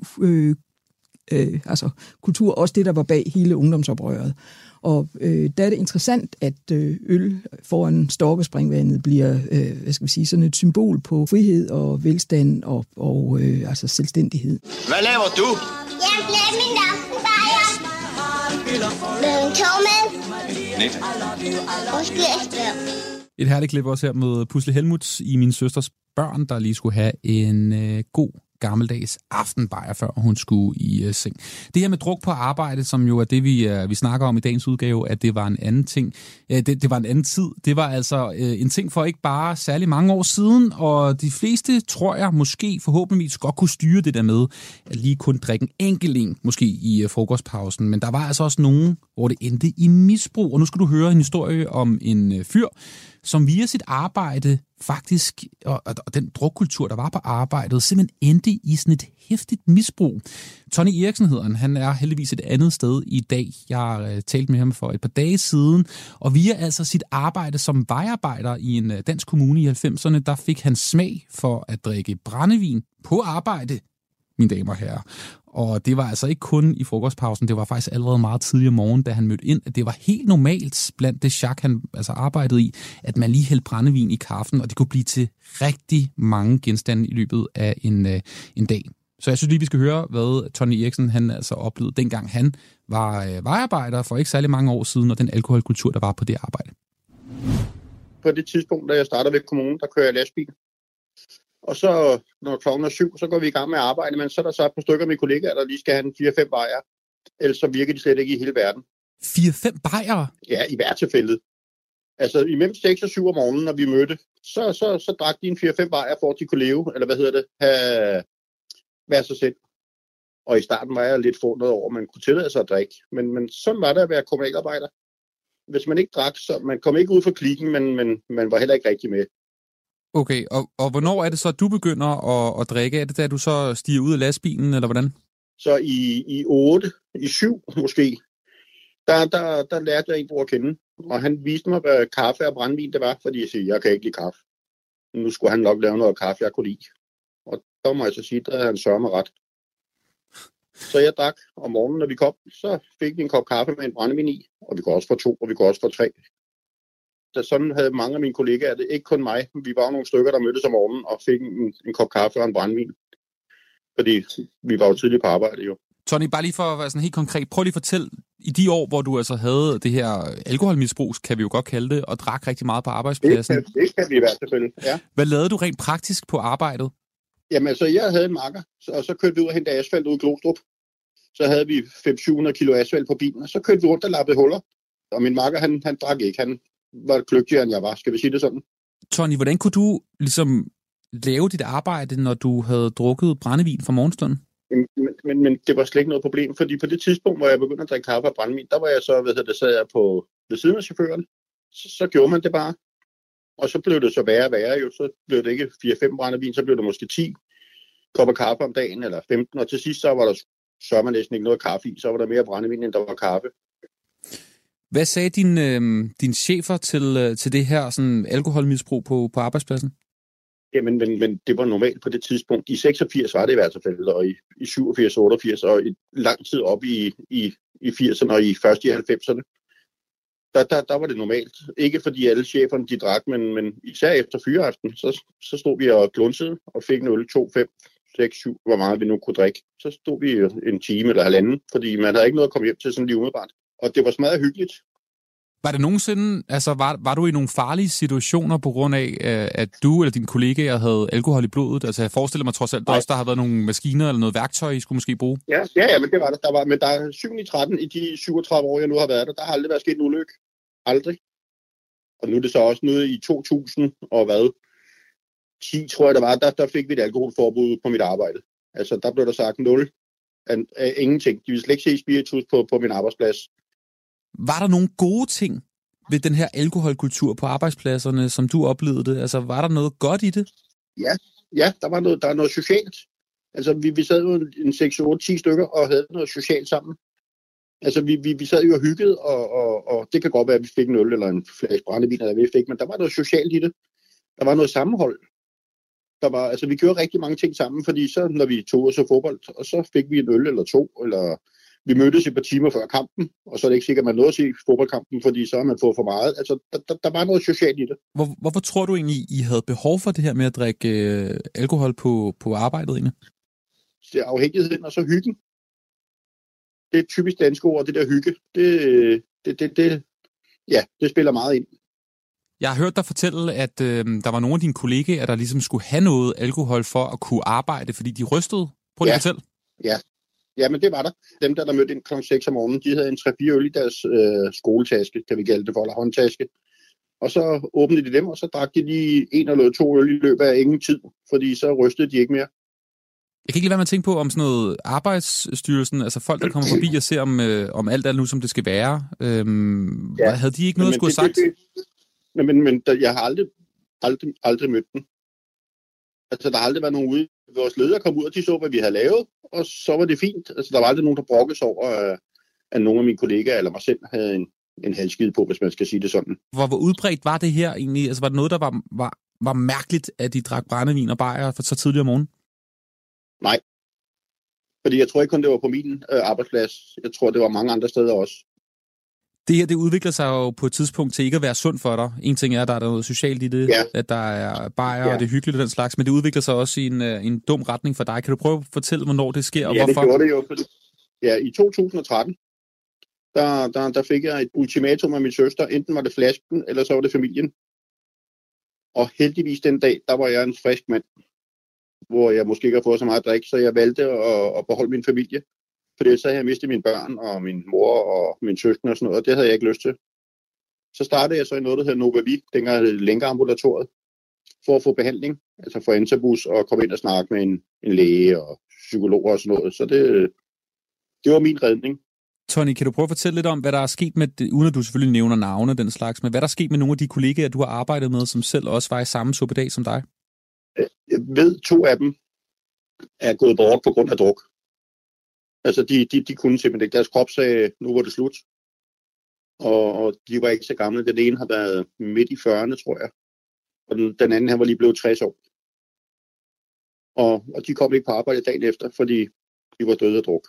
kultur, også det, der var bag hele ungdomsoprøret. Og der er det interessant, at øl foran Storkespringvandet bliver sådan et symbol på frihed og velstand og selvstændighed. Hvad laver du? Jeg glemte min aftenbajer. Med en togmad. Net. Og skærsbær. Et herligt klip også her med Pusle Helmuth i min søsters børn, der lige skulle have en god gammeldags aftenbajer, før hun skulle i seng. Det her med druk på arbejde, som jo er det, vi snakker om i dagens udgave, at det var en anden ting. Det var en anden tid. Det var altså en ting for ikke bare særlig mange år siden, og de fleste, tror jeg, måske forhåbentligvis godt kunne styre det der med at lige kun drikke en enkelt en, måske i frokostpausen. Men der var altså også nogen, hvor det endte i misbrug. Og nu skal du høre en historie om en fyr, som via sit arbejde faktisk, og den drukkultur, der var på arbejdet, simpelthen endte i sådan et hæftigt misbrug. Tony Eriksen hedder han er heldigvis et andet sted i dag. Jeg talte med ham for et par dage siden, og via altså sit arbejde som vejarbejder i en dansk kommune i 90'erne, der fik han smag for at drikke brændevin på arbejde, mine damer og herrer. Og det var altså ikke kun i frokostpausen, det var faktisk allerede meget tidlig om morgenen, da han mødte ind, at det var helt normalt blandt det sjak, han altså arbejdede i, at man lige hældte brændevin i kaffen, og det kunne blive til rigtig mange genstande i løbet af en dag. Så jeg synes lige, vi skal høre, hvad Tony Eriksen han altså oplevede, dengang han var vejarbejder for ikke særlig mange år siden, og den alkoholkultur, der var på det arbejde. På det tidspunkt, da jeg starter ved kommunen, der kører jeg lastbil. Og så, når klokken er 7, så går vi i gang med at arbejde, men så er der så et par stykker af mine kollegaer, der lige skal have en 4-5 bajer. Ellers så virker de slet ikke i hele verden. 4-5 bajer? Ja, i hvert tilfælde. Altså, imellem 6 og 7 om morgenen, når vi mødte, så drak de en 4-5 bajer, for at de kunne leve, eller være sig selv. Og i starten var jeg lidt forundret over, at man kunne tillade sig at drikke. Men sådan var det at være kommunalarbejder. Hvis man ikke drak, så man kom ikke ud fra klikken, men man var heller ikke rigtig med. Okay, og hvornår er det så, at du begynder at drikke? Er det da du så stiger ud af lastbilen, eller hvordan? Så i 8, i 7 måske, der lærte jeg en bror at kende. Og han viste mig, hvad kaffe og brændvin det var, fordi jeg siger, jeg kan ikke lide kaffe. Nu skulle han nok lave noget kaffe, jeg kunne lide. Og der må jeg så sige, der havde han sørget mig ret. Så jeg drak om morgenen, når vi kom, så fik vi en kop kaffe med en brændevin i. Og vi går også for 2, og vi går også for 3. Så sådan havde mange af mine kollegaer det, ikke kun mig. Vi var nogle stykker, der mødtes om morgenen og fik en kop kaffe og en brændevin. Fordi vi var jo tidligt på arbejde jo. Tony, bare lige for at være sådan helt konkret, prøv lige at fortælle, i de år, hvor du altså havde det her alkoholmisbrug, kan vi jo godt kalde det, og drak rigtig meget på arbejdspladsen. Det kan vi i hvert fald, ja. Hvad lavede du rent praktisk på arbejdet? Jamen altså, jeg havde en makker, og så kørte vi ud og hentede asfalt ud i Glostrup. Så havde vi 500-700 kilo asfalt på bilen, og så kørte vi rundt og lappede huller. Og min makker, han drak ikke, han var kløgtigere, end jeg var. Skal vi sige det sådan? Tony, hvordan kunne du ligesom lave dit arbejde, når du havde drukket brændevin fra morgenstunden? Men det var slet ikke noget problem, fordi på det tidspunkt, hvor jeg begyndte at drikke kaffe og brændevin, der var jeg så, sad jeg ved siden af chaufføren. Så gjorde man det bare. Og så blev det så værre og værre jo. Så blev det ikke 4-5 brændevin, så blev det måske 10 kopper kaffe om dagen, eller 15. Og til sidst, så var der sørme næsten ikke noget kaffe i. Så var der mere brændevin, end der var kaffe. Hvad sagde dine chefer til det her sådan, alkoholmisbrug på arbejdspladsen? Jamen, men det var normalt på det tidspunkt. I 86 var det i hvert fald, og i 87, 88, og i lang tid op i 80'erne og først i 90'erne. Der var det normalt. Ikke fordi alle cheferne de drak, men især efter fyreaften, så stod vi og glunsede og fik en øl 2-5 6-7, hvor meget vi nu kunne drikke. Så stod vi en time eller halvanden, fordi man havde ikke noget at komme hjem til sådan lige umiddelbart. Og det var smadret hyggeligt. Var det nogensinde, altså var du i nogle farlige situationer på grund af, at du eller dine kollegaer havde alkohol i blodet? Altså jeg forestiller mig trods alt, der har været nogle maskiner eller noget værktøj, I skulle måske bruge? Ja, men det var der. Men der er 7-13 i de 37 år, jeg nu har været der. Der har aldrig været sket en ulykke. Aldrig. Og nu er det så også noget i 2000 og hvad? 10, tror jeg, der var. Der fik vi et alkoholforbud på mit arbejde. Altså der blev der sagt 0 af ingenting. De ville slet ikke se spiritus på min arbejdsplads. Var der nogle gode ting ved den her alkoholkultur på arbejdspladserne, som du oplevede det? Altså, var der noget godt i det? Ja, der er noget socialt. Altså, vi sad jo en 6-8-10 stykker og havde noget socialt sammen. Altså, vi sad jo og hyggede, og det kan godt være, at vi fik en øl eller en flaske brændevin, eller hvad vi fik, men der var noget socialt i det. Der var noget sammenhold. Vi gjorde rigtig mange ting sammen, fordi så, når vi tog os fodbold, og så fik vi en øl eller to, eller vi mødtes et par timer før kampen, og så er det ikke sikkert, at man nåede at se fodboldkampen, fordi så har man fået for meget. Altså, der var noget socialt i det. Hvorfor tror du egentlig, I havde behov for det her med at drikke alkohol på arbejdet egentlig? Det er afhængigheden og så hyggen. Det er et typisk dansk ord, det der hygge. Det spiller meget ind. Jeg har hørt dig fortælle, at der var nogle af dine kollegaer, der ligesom skulle have noget alkohol for at kunne arbejde, fordi de rystede. Prøv lige at fortælle. Ja, men det var der. Dem, der mødte ind kl. 6 om morgenen, de havde en 3-4 øl i deres skoletaske, kan vi kalde det for, eller håndtaske. Og så åbnede de dem, og så drak de lige 1 eller 2 øl i løbet af ingen tid, fordi så rystede de ikke mere. Jeg kan ikke lade være med at tænke på om sådan noget arbejdsstyrelsen, altså folk, der kommer forbi og ser om alt er nu, som det skal være. Havde de ikke noget at skulle have sagt? Men jeg har aldrig mødt dem. Altså, der har aldrig været nogen ude. Vores ledere kom ud, og de så, hvad vi havde lavet, og så var det fint. Altså, der var aldrig nogen, der brokkes over, at nogle af mine kollegaer eller mig selv havde en halvskid på, hvis man skal sige det sådan. Hvor udbredt var det her egentlig? Altså, var det noget, der var mærkeligt, at de drak brændevin og bajer for så tidligt om morgenen? Nej. Fordi jeg tror ikke kun, det var på min arbejdsplads. Jeg tror, det var mange andre steder også. Det her, det udvikler sig jo på et tidspunkt til ikke at være sundt for dig. En ting er, at der er noget socialt i det, at der er bajer, og det er hyggeligt og den slags, men det udvikler sig også i en dum retning for dig. Kan du prøve at fortælle, hvornår det sker, og hvorfor? Ja, det gjorde det jo. Ja, i 2013, der fik jeg et ultimatum af min søster. Enten var det flasken, eller så var det familien. Og heldigvis den dag, der var jeg en frisk mand, hvor jeg måske ikke har fået så meget drik, så jeg valgte at beholde min familie. Fordi så havde jeg mistet mine børn og min mor og min søskende og sådan noget, og det havde jeg ikke lyst til. Så startede jeg så i noget, der hedder Novavi, dengang længeambulatoriet, for at få behandling, altså for Antabus og komme ind og snakke med en læge og psykologer og sådan noget. Så det var min redning. Tony, kan du prøve at fortælle lidt om, hvad der er sket med, uden at du selvfølgelig nævner navne den slags, men hvad der er sket med nogle af de kollegaer, du har arbejdet med, som selv også var i samme suppedag som dig? Jeg ved, 2 af dem er gået bort på grund af druk. Altså, de kunne simpelthen ikke. Deres krop sagde, nu var det slut. Og de var ikke så gamle. Den ene har været midt i 40'erne, tror jeg. Og den anden, han var lige blevet 60 år. Og de kom ikke på arbejde dagen efter, fordi de var døde af druk.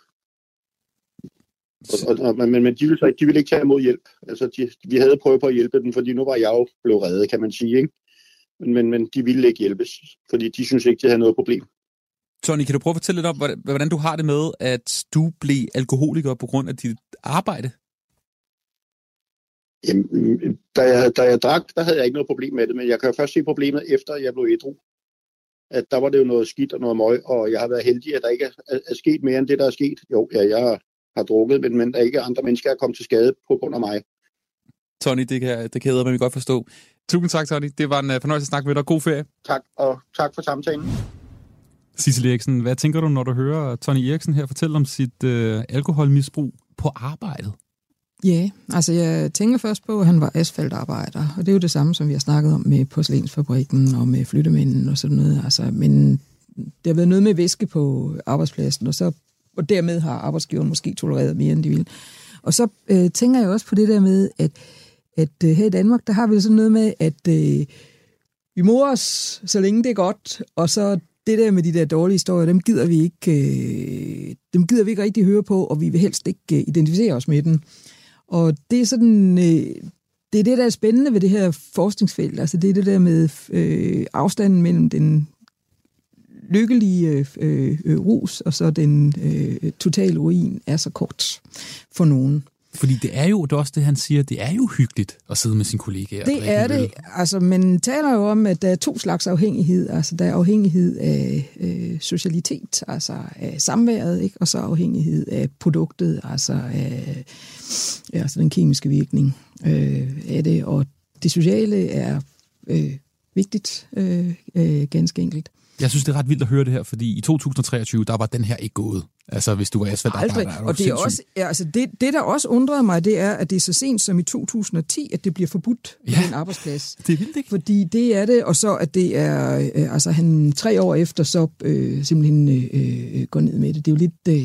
Men de ville ikke tage imod hjælp. Altså, vi havde prøvet på at hjælpe dem, fordi nu var jeg jo blevet reddet, kan man sige, ikke? Men de ville ikke hjælpes, fordi de synes ikke, de havde noget problem. Tony, kan du prøve at fortælle lidt om, hvordan du har det med, at du blev alkoholiker på grund af dit arbejde? Jamen, da jeg drak, der havde jeg ikke noget problem med det, men jeg kan jo først se problemet efter, jeg blev ædru. At der var det jo noget skidt og noget møg, og jeg har været heldig, at der ikke er sket mere end det, der er sket. Jo, ja, jeg har drukket, men der er ikke andre mennesker, der er kommet til skade på grund af mig. Tony, det kan jeg godt forstå. Tusind tak, Tony. Det var en fornøjelse at snakke med dig. God ferie. Tak, og tak for samtalen. Sissel Eriksen, hvad tænker du, når du hører Tony Eriksen her fortælle om sit alkoholmisbrug på arbejdet? Ja, altså jeg tænker først på, at han var asfaltarbejder, og det er jo det samme, som vi har snakket om med porcelænsfabrikken og med flyttemænden og sådan noget. Altså, men det har været noget med væske på arbejdspladsen, og dermed har arbejdsgiveren måske tolereret mere, end de ville. Og så tænker jeg også på det der med, at her i Danmark, der har vi sådan noget med, at vi morer os, så længe det er godt, og så det der med de der dårlige historier, dem gider vi ikke rigtig høre på, og vi vil helst ikke identificere os med dem. Og det er sådan, det er det, der er spændende ved det her forskningsfelt. Altså det er det der med afstanden mellem den lykkelige rus, og så den totale ruin er så kort for nogen. Fordi det er jo også det, han siger, det er jo hyggeligt at sidde med sine kollegaer. Det er det. Altså, man taler jo om, at der er 2 slags afhængighed. Altså, der er afhængighed af socialitet, altså af samværet, ikke? Og så afhængighed af produktet, altså af den kemiske virkning af det. Og det sociale er vigtigt, ganske enkelt. Jeg synes, det er ret vildt at høre det her, fordi i 2023, der var den her ikke gået. Altså, hvis du var asfaltarbejder. Og det er også, altså det, der også undrede mig, det er, at det er så sent som i 2010, at det bliver forbudt på en arbejdsplads. Det er vildt, ikke? Fordi det er det, og så at det er, altså han 3 år efter, så simpelthen går ned med det. Det er jo lidt...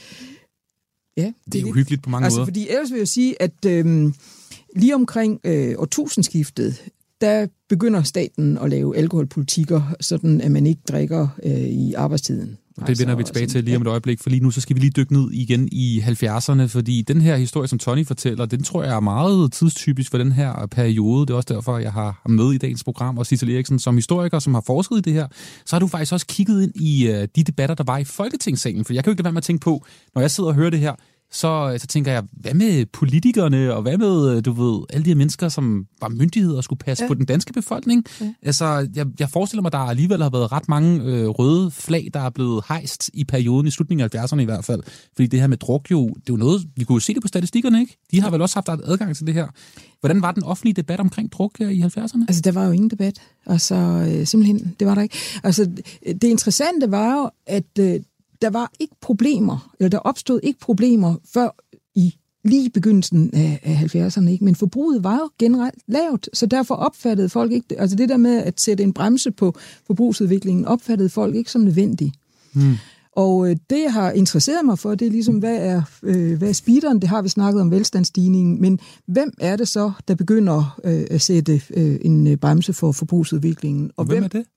ja, det er jo hyggeligt på mange måder. Fordi ellers vil jeg sige, at lige omkring årtusindskiftet, der begynder staten at lave alkoholpolitikker, sådan at man ikke drikker i arbejdstiden. Og det vender vi tilbage til lige om et øjeblik, for lige nu så skal vi lige dykke ned igen i 70'erne, fordi den her historie, som Tony fortæller, den tror jeg er meget tidstypisk for den her periode. Det er også derfor, jeg har med i dagens program, og Sissel Eriksen som historiker, som har forsket i det her, så har du faktisk også kigget ind i de debatter, der var i Folketingssalen, for jeg kan jo ikke lade være med at tænke på, når jeg sidder og hører det her, så tænker jeg, hvad med politikerne, og hvad med, du ved, alle de her mennesker, som var myndigheder og skulle passe på den danske befolkning? Ja. Altså, jeg forestiller mig, der alligevel har været ret mange røde flag, der er blevet hejst i perioden, i slutningen af 70'erne i hvert fald. Fordi det her med druk jo, det er jo noget, vi kunne jo se det på statistikkerne, ikke? De har vel også haft adgang til det her. Hvordan var den offentlige debat omkring druk her i 70'erne? Altså, der var jo ingen debat. Altså, simpelthen, det var der ikke. Altså, det interessante var jo, at der var ikke problemer, eller der opstod ikke problemer før i lige begyndelsen af 70'erne, ikke? Men forbruget var jo generelt lavt, så derfor opfattede folk ikke, altså det der med at sætte en bremse på forbrugsudviklingen, opfattede folk ikke som nødvendigt. Og det, jeg har interesseret mig for, det er ligesom, hvad er speederen? Det har vi snakket om velstandsstigningen, men hvem er det så, der begynder at sætte en bremse for forbrugsudviklingen? Og hvem er det?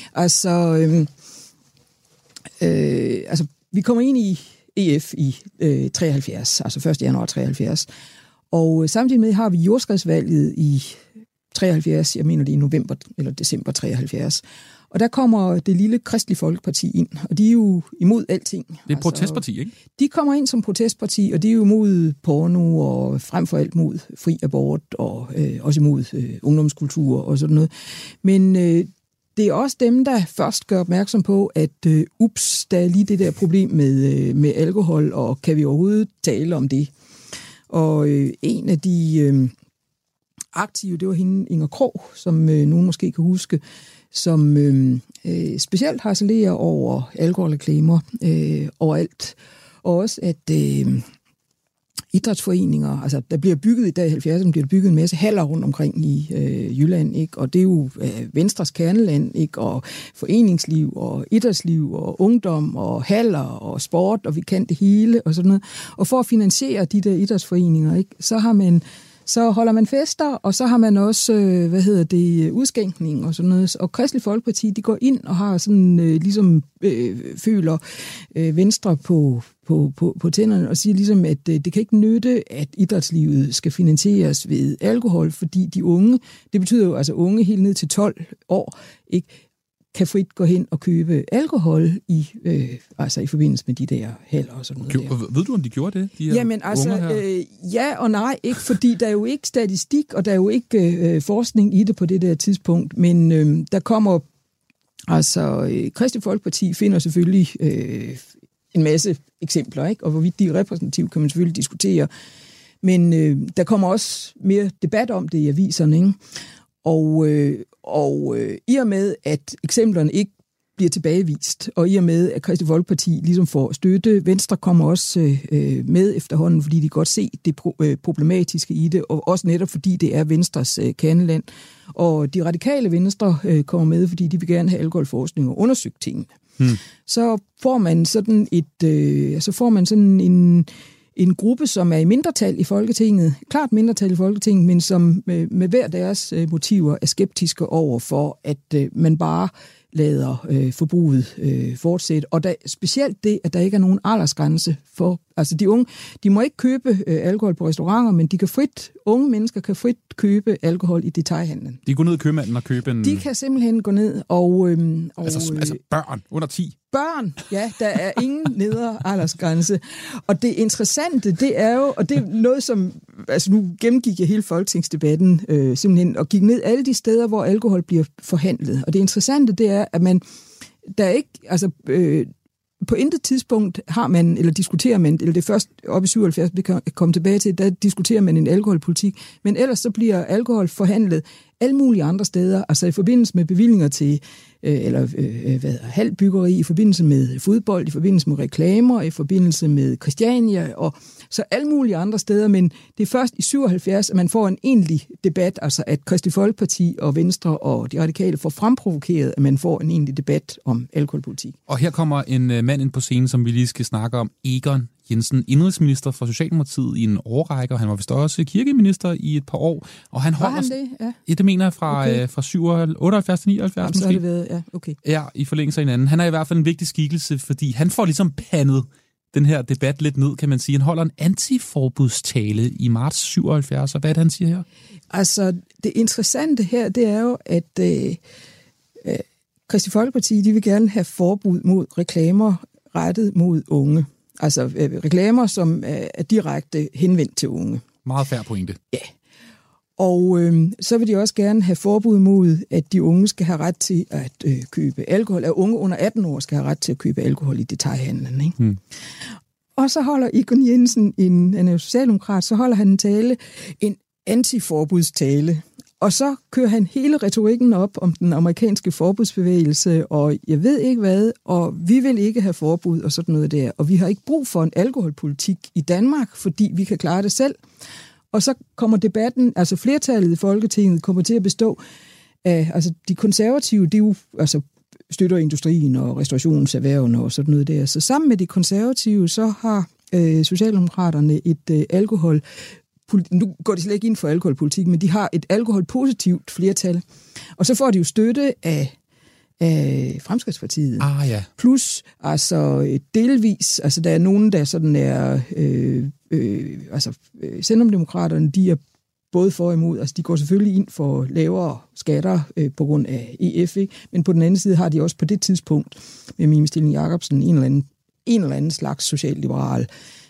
Altså, vi kommer ind i EF i 73, altså 1. januar 73, og samtidig med har vi jordskredsvalget i 73, jeg mener det er november eller december 73, og der kommer det lille Kristelige Folkeparti ind, og de er jo imod alting. Det er et protestparti, ikke? De kommer ind som protestparti, og de er jo imod porno, og frem for alt mod fri abort, og også imod ungdomskultur og sådan noget. Men det er også dem, der først gør opmærksom på, at der er lige det der problem med alkohol, og kan vi overhovedet tale om det? Og en af de aktive, det var hende Inger Krog, som nogen måske kan huske, som specielt harcelerer over alkoholreklamer overalt. Og også at idrætsforeninger, altså der bliver bygget i dag i 70'erne, bliver der bygget en masse haller rundt omkring i Jylland, ikke? Og det er jo Venstres kerneland, ikke? Og foreningsliv og idrætsliv og ungdom og haller og sport, og vi kan det hele og sådan noget. Og for at finansiere de der idrætsforeninger, ikke? Så holder man fester, og så har man også, udskænkning og sådan noget. Og Kristelige Folkeparti, de går ind og har sådan, føler Venstre på tænderne og siger ligesom, at det kan ikke nytte, at idrætslivet skal finansieres ved alkohol, fordi de unge, det betyder jo altså unge helt ned til 12 år, ikke kan frit gå hen og købe alkohol i forbindelse med de der haller og sådan noget. Ved du, om de gjorde det? De Jamen ja og nej, ikke, fordi der er jo ikke statistik, og der er jo ikke forskning i det på det der tidspunkt, men der kommer, Kristelige Folkeparti finder selvfølgelig en masse eksempler, ikke? Og hvorvidt de er repræsentative, kan man selvfølgelig diskutere, men der kommer også mere debat om det i aviserne, ikke? Og i og med, at eksemplerne ikke bliver tilbagevist, og i og med, at Kristelige Folkeparti ligesom får støtte, Venstre kommer også med efterhånden, fordi de godt se det problematiske i det, og også netop fordi det er Venstres kerneland. Og de radikale Venstre kommer med, fordi de vil gerne have alkoholforskning og undersøge tingene. Så får man sådan en gruppe, som er i mindretal i Folketinget, klart mindretal i Folketinget, men som med hver deres motiver er skeptiske over for, at man bare lader forbruget fortsætte. Og specielt det, at der ikke er nogen aldersgrænse for, altså de unge, de må ikke købe alkohol på restauranter, men unge mennesker kan frit købe alkohol i detailhandlen. De går ned i købmanden og købe en... De kan simpelthen gå ned og altså børn under 10? Børn, ja, der er ingen nedre aldersgrænse. Og det interessante, det er jo, og det er noget som, altså nu gennemgik jeg hele folketingsdebatten simpelthen, og gik ned alle de steder, hvor alkohol bliver forhandlet. Og det interessante, det er, at der er ikke, altså på intet tidspunkt har man, eller diskuterer man, eller det først op i 77, vi kan komme tilbage til, der diskuterer man en alkoholpolitik, men ellers så bliver alkohol forhandlet alle mulige andre steder, altså i forbindelse med bevillinger til halvbyggeri, i forbindelse med fodbold, i forbindelse med reklamer, i forbindelse med Christiania, og så alle mulige andre steder, men det er først i 77, at man får en egentlig debat, altså at Kristeligt Folkeparti og Venstre og de radikale får fremprovokeret, at man får en egentlig debat om alkoholpolitik. Og her kommer en mand ind på scenen, som vi lige skal snakke om, Egon Jensen, indrigsminister for Socialdemokratiet i en årrække, og han var vist også kirkeminister i et par år. Og han holder... Var han det? Ja. Ja, det mener jeg fra 78 til 79 måske. Så har det været, ja, okay. Ja, i forlængelse af hinanden. Han er i hvert fald en vigtig skikkelse, fordi han får ligesom pandet den her debat lidt ned, kan man sige. Han holder en antiforbudstale i marts 77, og hvad er det, han siger her? Altså, det interessante her, det er jo, at Kristeligt Folkeparti, de vil gerne have forbud mod reklamer rettet mod unge. Altså reklamer, som er direkte henvendt til unge. Meget fair pointe. Ja. Og så vil de også gerne have forbud mod, at de unge skal have ret til at købe alkohol. At unge under 18 år skal have ret til at købe alkohol i detailhandlen. Ikke? Og så holder Egon Jensen, han er jo socialdemokrat, så holder han en antiforbudstale. Og så kører han hele retorikken op om den amerikanske forbudsbevægelse, og jeg ved ikke hvad, og vi vil ikke have forbud og sådan noget der. Og vi har ikke brug for en alkoholpolitik i Danmark, fordi vi kan klare det selv. Og så kommer debatten, altså flertallet i Folketinget kommer til at bestå af, altså de konservative, de jo altså støtter industrien og restaurationserhvervene og sådan noget der. Så sammen med de konservative, så har Socialdemokraterne et nu går de slet ikke ind for alkoholpolitik, men de har et alkoholpositivt flertal. Og så får de jo støtte af Fremskridtspartiet. Ja. Plus, altså delvis, altså der er nogen, der sådan er, Centrumdemokraterne, de er både for og imod. Altså de går selvfølgelig ind for lavere skatter på grund af EF, ikke? Men på den anden side har de også på det tidspunkt med Mime Stilling Jacobsen en eller anden slags socialliberal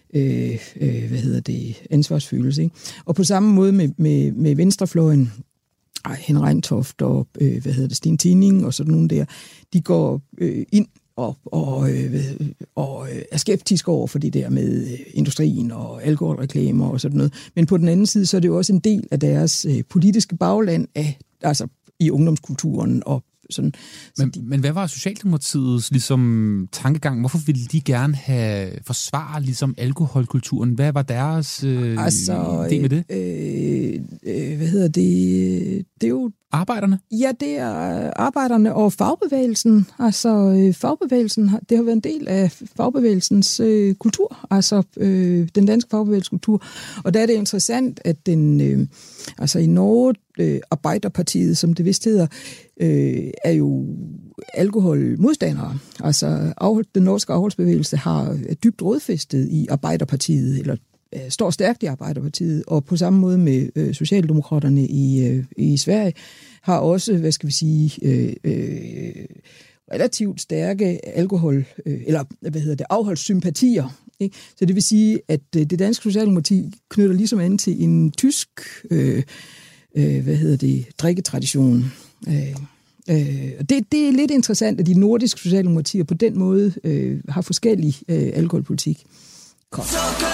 ansvarsfølelse. Ikke? Og på samme måde med venstrefløjen, Henrik Reintoft og Sten Tinning og sådan nogle der, de går ind og er skeptiske over for det der med industrien og alkoholreklamer og sådan noget. Men på den anden side, så er det jo også en del af deres politiske bagland altså i ungdomskulturen og sådan. Men hvad var Socialdemokratiets ligesom tankegang? Hvorfor ville de gerne forsvare ligesom alkoholkulturen? Hvad var deres idé med det? Det er jo arbejderne? Ja, det er arbejderne og fagbevægelsen. Altså fagbevægelsen, det har været en del af fagbevægelsens kultur, altså den danske fagbevægelseskultur. Og der er det interessant, at altså i Norge, Arbeiderpartiet, som det vist hedder, er jo alkoholmodstandere. Altså den norske afholdsbevægelse er dybt rodfæstet i Arbeiderpartiet, eller står stærkt i Arbeiderpartiet, og på samme måde med Socialdemokraterne i Sverige, har også, relativt stærke afholdssympatier. Ikke? Så det vil sige, at det danske Socialdemokrati knytter ligesom an til en tysk drikketradition. Det er lidt interessant, at de nordiske socialdemokratier på den måde har forskellig alkoholpolitik. Kom.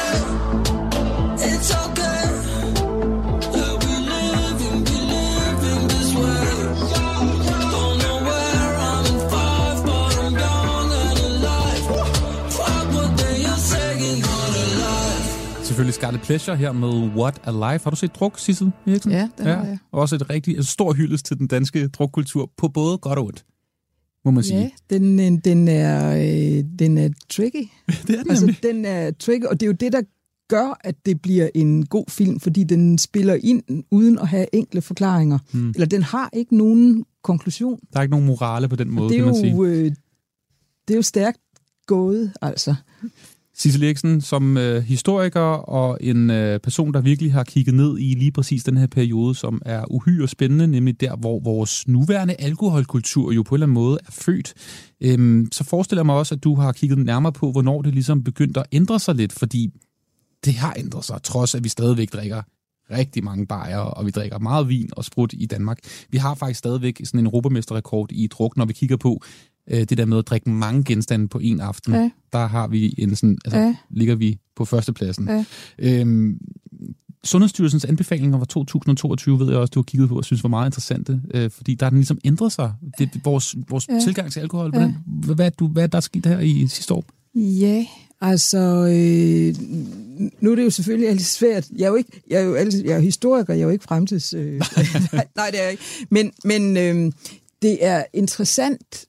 Selvfølgelig Scarlet Pleasure her med What a Life. Har du set Druk, Sissel Eriksen? Ja, det har jeg. Også et rigtig stor hyldest til den danske drukkultur på både godt og ondt, må man sige. Ja, den er tricky. Det er den den er tricky, og det er jo det, der gør, at det bliver en god film, fordi den spiller ind uden at have enkle forklaringer. Eller den har ikke nogen konklusion. Der er ikke nogen morale på den måde, kan man sige. Det er jo stærkt gået, altså. Sissel Eriksen, som historiker og en person, der virkelig har kigget ned i lige præcis den her periode, som er uhyre spændende, nemlig der, hvor vores nuværende alkoholkultur jo på en eller anden måde er født, så forestiller jeg mig også, at du har kigget nærmere på, hvornår det ligesom begyndte at ændre sig lidt, fordi det har ændret sig, trods at vi stadigvæk drikker rigtig mange bajer, og vi drikker meget vin og sprut i Danmark. Vi har faktisk stadigvæk sådan en europamesterrekord i druk, når vi kigger på det der med at drikke mange genstande på en aften. Ja. Der har vi en sådan, ligger vi på førstepladsen. Ja. Sundhedsstyrelsens anbefalinger var 2022, ved jeg også, du har kigget på og synes var meget interessante, fordi der har den ligesom ændret sig. Vores tilgang til alkohol. Hvad er der sket her i sidste år? Ja, altså, nu er det jo selvfølgelig lidt svært. Jeg er jo historiker, jeg er jo ikke fremtids... nej, det er jeg ikke. Men det er interessant.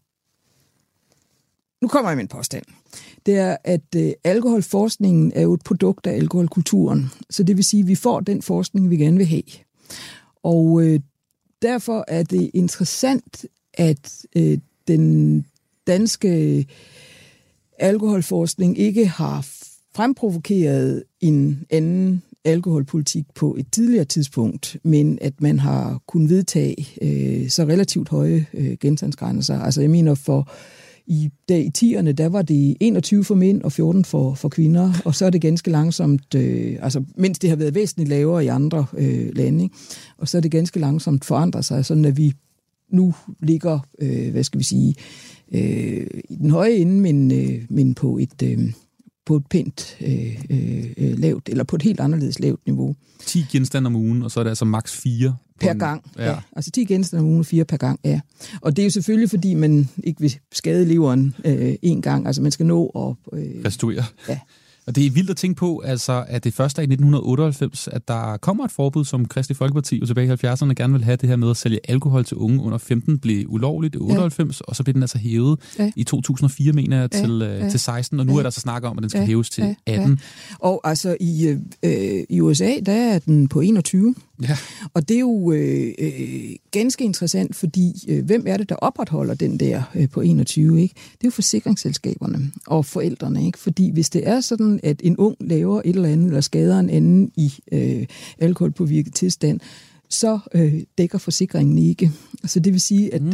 Nu kommer jeg med en påstand. Det er, at alkoholforskningen er jo et produkt af alkoholkulturen. Så det vil sige, at vi får den forskning, vi gerne vil have. Og derfor er det interessant, at den danske alkoholforskning ikke har fremprovokeret en anden alkoholpolitik på et tidligere tidspunkt, men at man har kunnet vedtage så relativt høje genstandsgrænser. Altså jeg mener i 10'erne, der var det 21 for mænd og 14 for kvinder, og så er det ganske langsomt, mens det har været væsentligt lavere i andre lande, ikke? Og så er det ganske langsomt forandret sig, sådan at vi nu ligger, i den høje ende, men på et pænt lavt, eller på et helt anderledes lavt niveau. 10 genstande om ugen, og så er det altså maks 4 per gang. Ja. Altså 10 genstande om ugen, 4 per gang, ja. Og det er jo selvfølgelig, fordi man ikke vil skade leveren en gang. Altså man skal nå at... restituere. Ja. Og det er vildt at tænke på, altså, at det først er i 1998, at der kommer et forbud, som Kristelig Folkeparti jo tilbage i 70'erne gerne vil have, det her med at sælge alkohol til unge under 15, blev ulovligt i 98, og så blev den altså hævet i 2004, mener jeg, til 16, og nu er der så snak om, at den skal hæves til 18. Ja. Og altså i USA, der er den på 21. Ja. Og det er jo ganske interessant, fordi hvem er det, der opretholder den der på 21, ikke? Det er jo forsikringsselskaberne og forældrene, ikke? Fordi hvis det er sådan, at en ung laver et eller andet, eller skader en anden i alkoholpåvirket tilstand, så dækker forsikringen ikke. Så det vil sige, at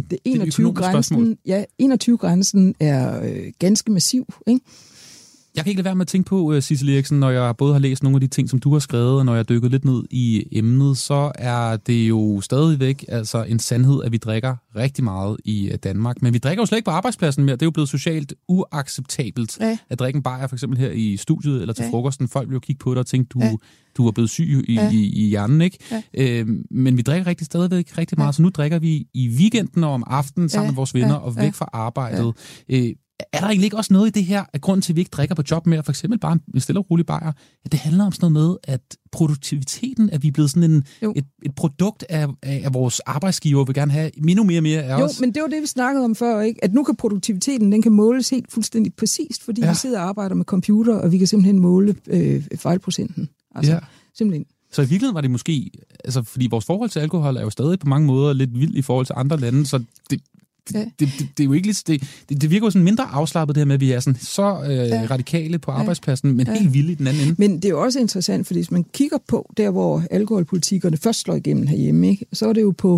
21-grænsen er ganske massiv, ikke? Jeg kan ikke lade være med at tænke på, Sissel Eriksen, når jeg både har læst nogle af de ting, som du har skrevet, og når jeg dykker lidt ned i emnet, så er det jo stadigvæk altså en sandhed, at vi drikker rigtig meget i Danmark. Men vi drikker jo slet ikke på arbejdspladsen mere. Det er jo blevet socialt uacceptabelt at drikke en bajer, for eksempel her i studiet eller til frokosten. Folk vil jo kigge på dig og tænke, du var blevet syg i hjernen, ikke? Ja. Men vi drikker stadigvæk rigtig meget, så nu drikker vi i weekenden og om aftenen sammen med vores venner og væk fra arbejdet. Ja. Er der egentlig ikke også noget i det her, at grunden til, at vi ikke drikker på job mere, for eksempel bare en stille og rolig bajer, at det handler om sådan noget med, at produktiviteten, at vi er blevet sådan et produkt af vores arbejdsgiver, vil gerne have endnu mere af os? Jo, men det var det, vi snakkede om før, ikke? At nu kan produktiviteten, den kan måles helt fuldstændig præcist, fordi vi sidder og arbejder med computer, og vi kan simpelthen måle fejlprocenten. Altså, simpelthen. Så i virkeligheden var det måske, altså fordi vores forhold til alkohol er jo stadig på mange måder lidt vildt i forhold til andre lande, så det er jo ikke det virker jo sådan mindre afslappet det her med, at vi er sådan så radikale på arbejdspladsen, men helt vilde i den anden ende. Men det er jo også interessant, fordi hvis man kigger på der, hvor alkoholpolitikkerne først slår igennem herhjemme, ikke? Så er det jo på,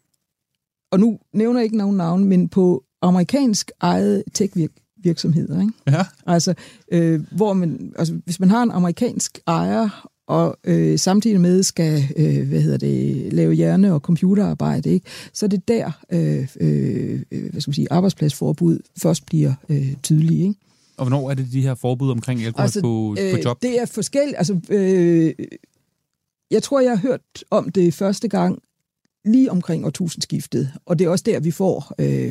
og nu nævner jeg ikke nogen navn, men på amerikansk ejet tech-virksomheder, ikke? Ja. Altså, hvor man, altså, hvis man har en amerikansk ejer, og samtidig med skal lave hjerne- og computerarbejde, ikke? Så er det der arbejdspladsforbud først bliver tydelige, ikke? Og hvornår er det de her forbud omkring alkohol på job? Det er forskelligt. Altså, jeg tror, jeg har hørt om det første gang lige omkring årtusindskiftet, og det er også der, vi får.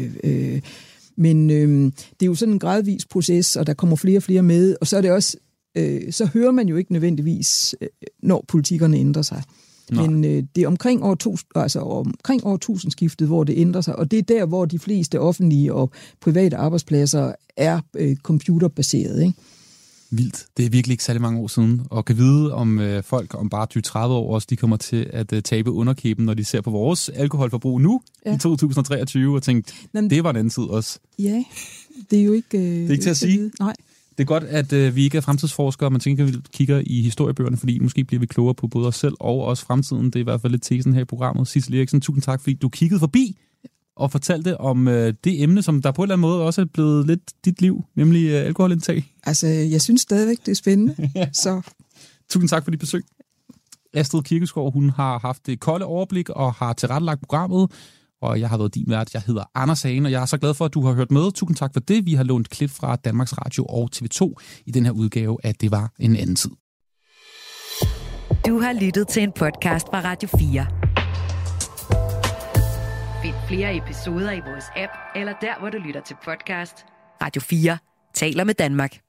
Men det er jo sådan en gradvis proces, og der kommer flere og flere med, og så er det også så hører man jo ikke nødvendigvis, når politikerne ændrer sig. Nej. Men det er omkring årtusindskiftet, hvor det ændrer sig, og det er der, hvor de fleste offentlige og private arbejdspladser er computerbaseret, ikke? Vildt. Det er virkelig ikke særlig mange år siden. Og kan vide, om folk om bare 20-30 år også, de kommer til at tabe underkæben, når de ser på vores alkoholforbrug nu i 2023, og tænke, det var en anden tid også. Ja, det er jo ikke... det er ikke til at sige. Nej. Det er godt, at vi ikke er fremtidsforskere, men tænker, at vi kigger i historiebøgerne, fordi måske bliver vi klogere på både os selv og også fremtiden. Det er i hvert fald lidt tesen her i programmet. Sissel Eriksen, tusind tak, fordi du kiggede forbi og fortalte om det emne, som der på en eller anden måde også er blevet lidt dit liv, nemlig alkoholindtag. Altså, jeg synes stadigvæk, det er spændende. Så. Tusind tak for dit besøg. Astrid Kirkeskov, hun har haft det kolde overblik og har tilrettelagt programmet, og jeg har været din vært. Jeg hedder Anders Hagen, og jeg er så glad for, at du har hørt med. Tusind tak for det. Vi har lånt klip fra Danmarks Radio og TV2 i den her udgave, at det var en anden tid. Du har lyttet til en podcast fra Radio 4. Find flere episoder i vores app, eller der, hvor du lytter til podcast. Radio 4 taler med Danmark.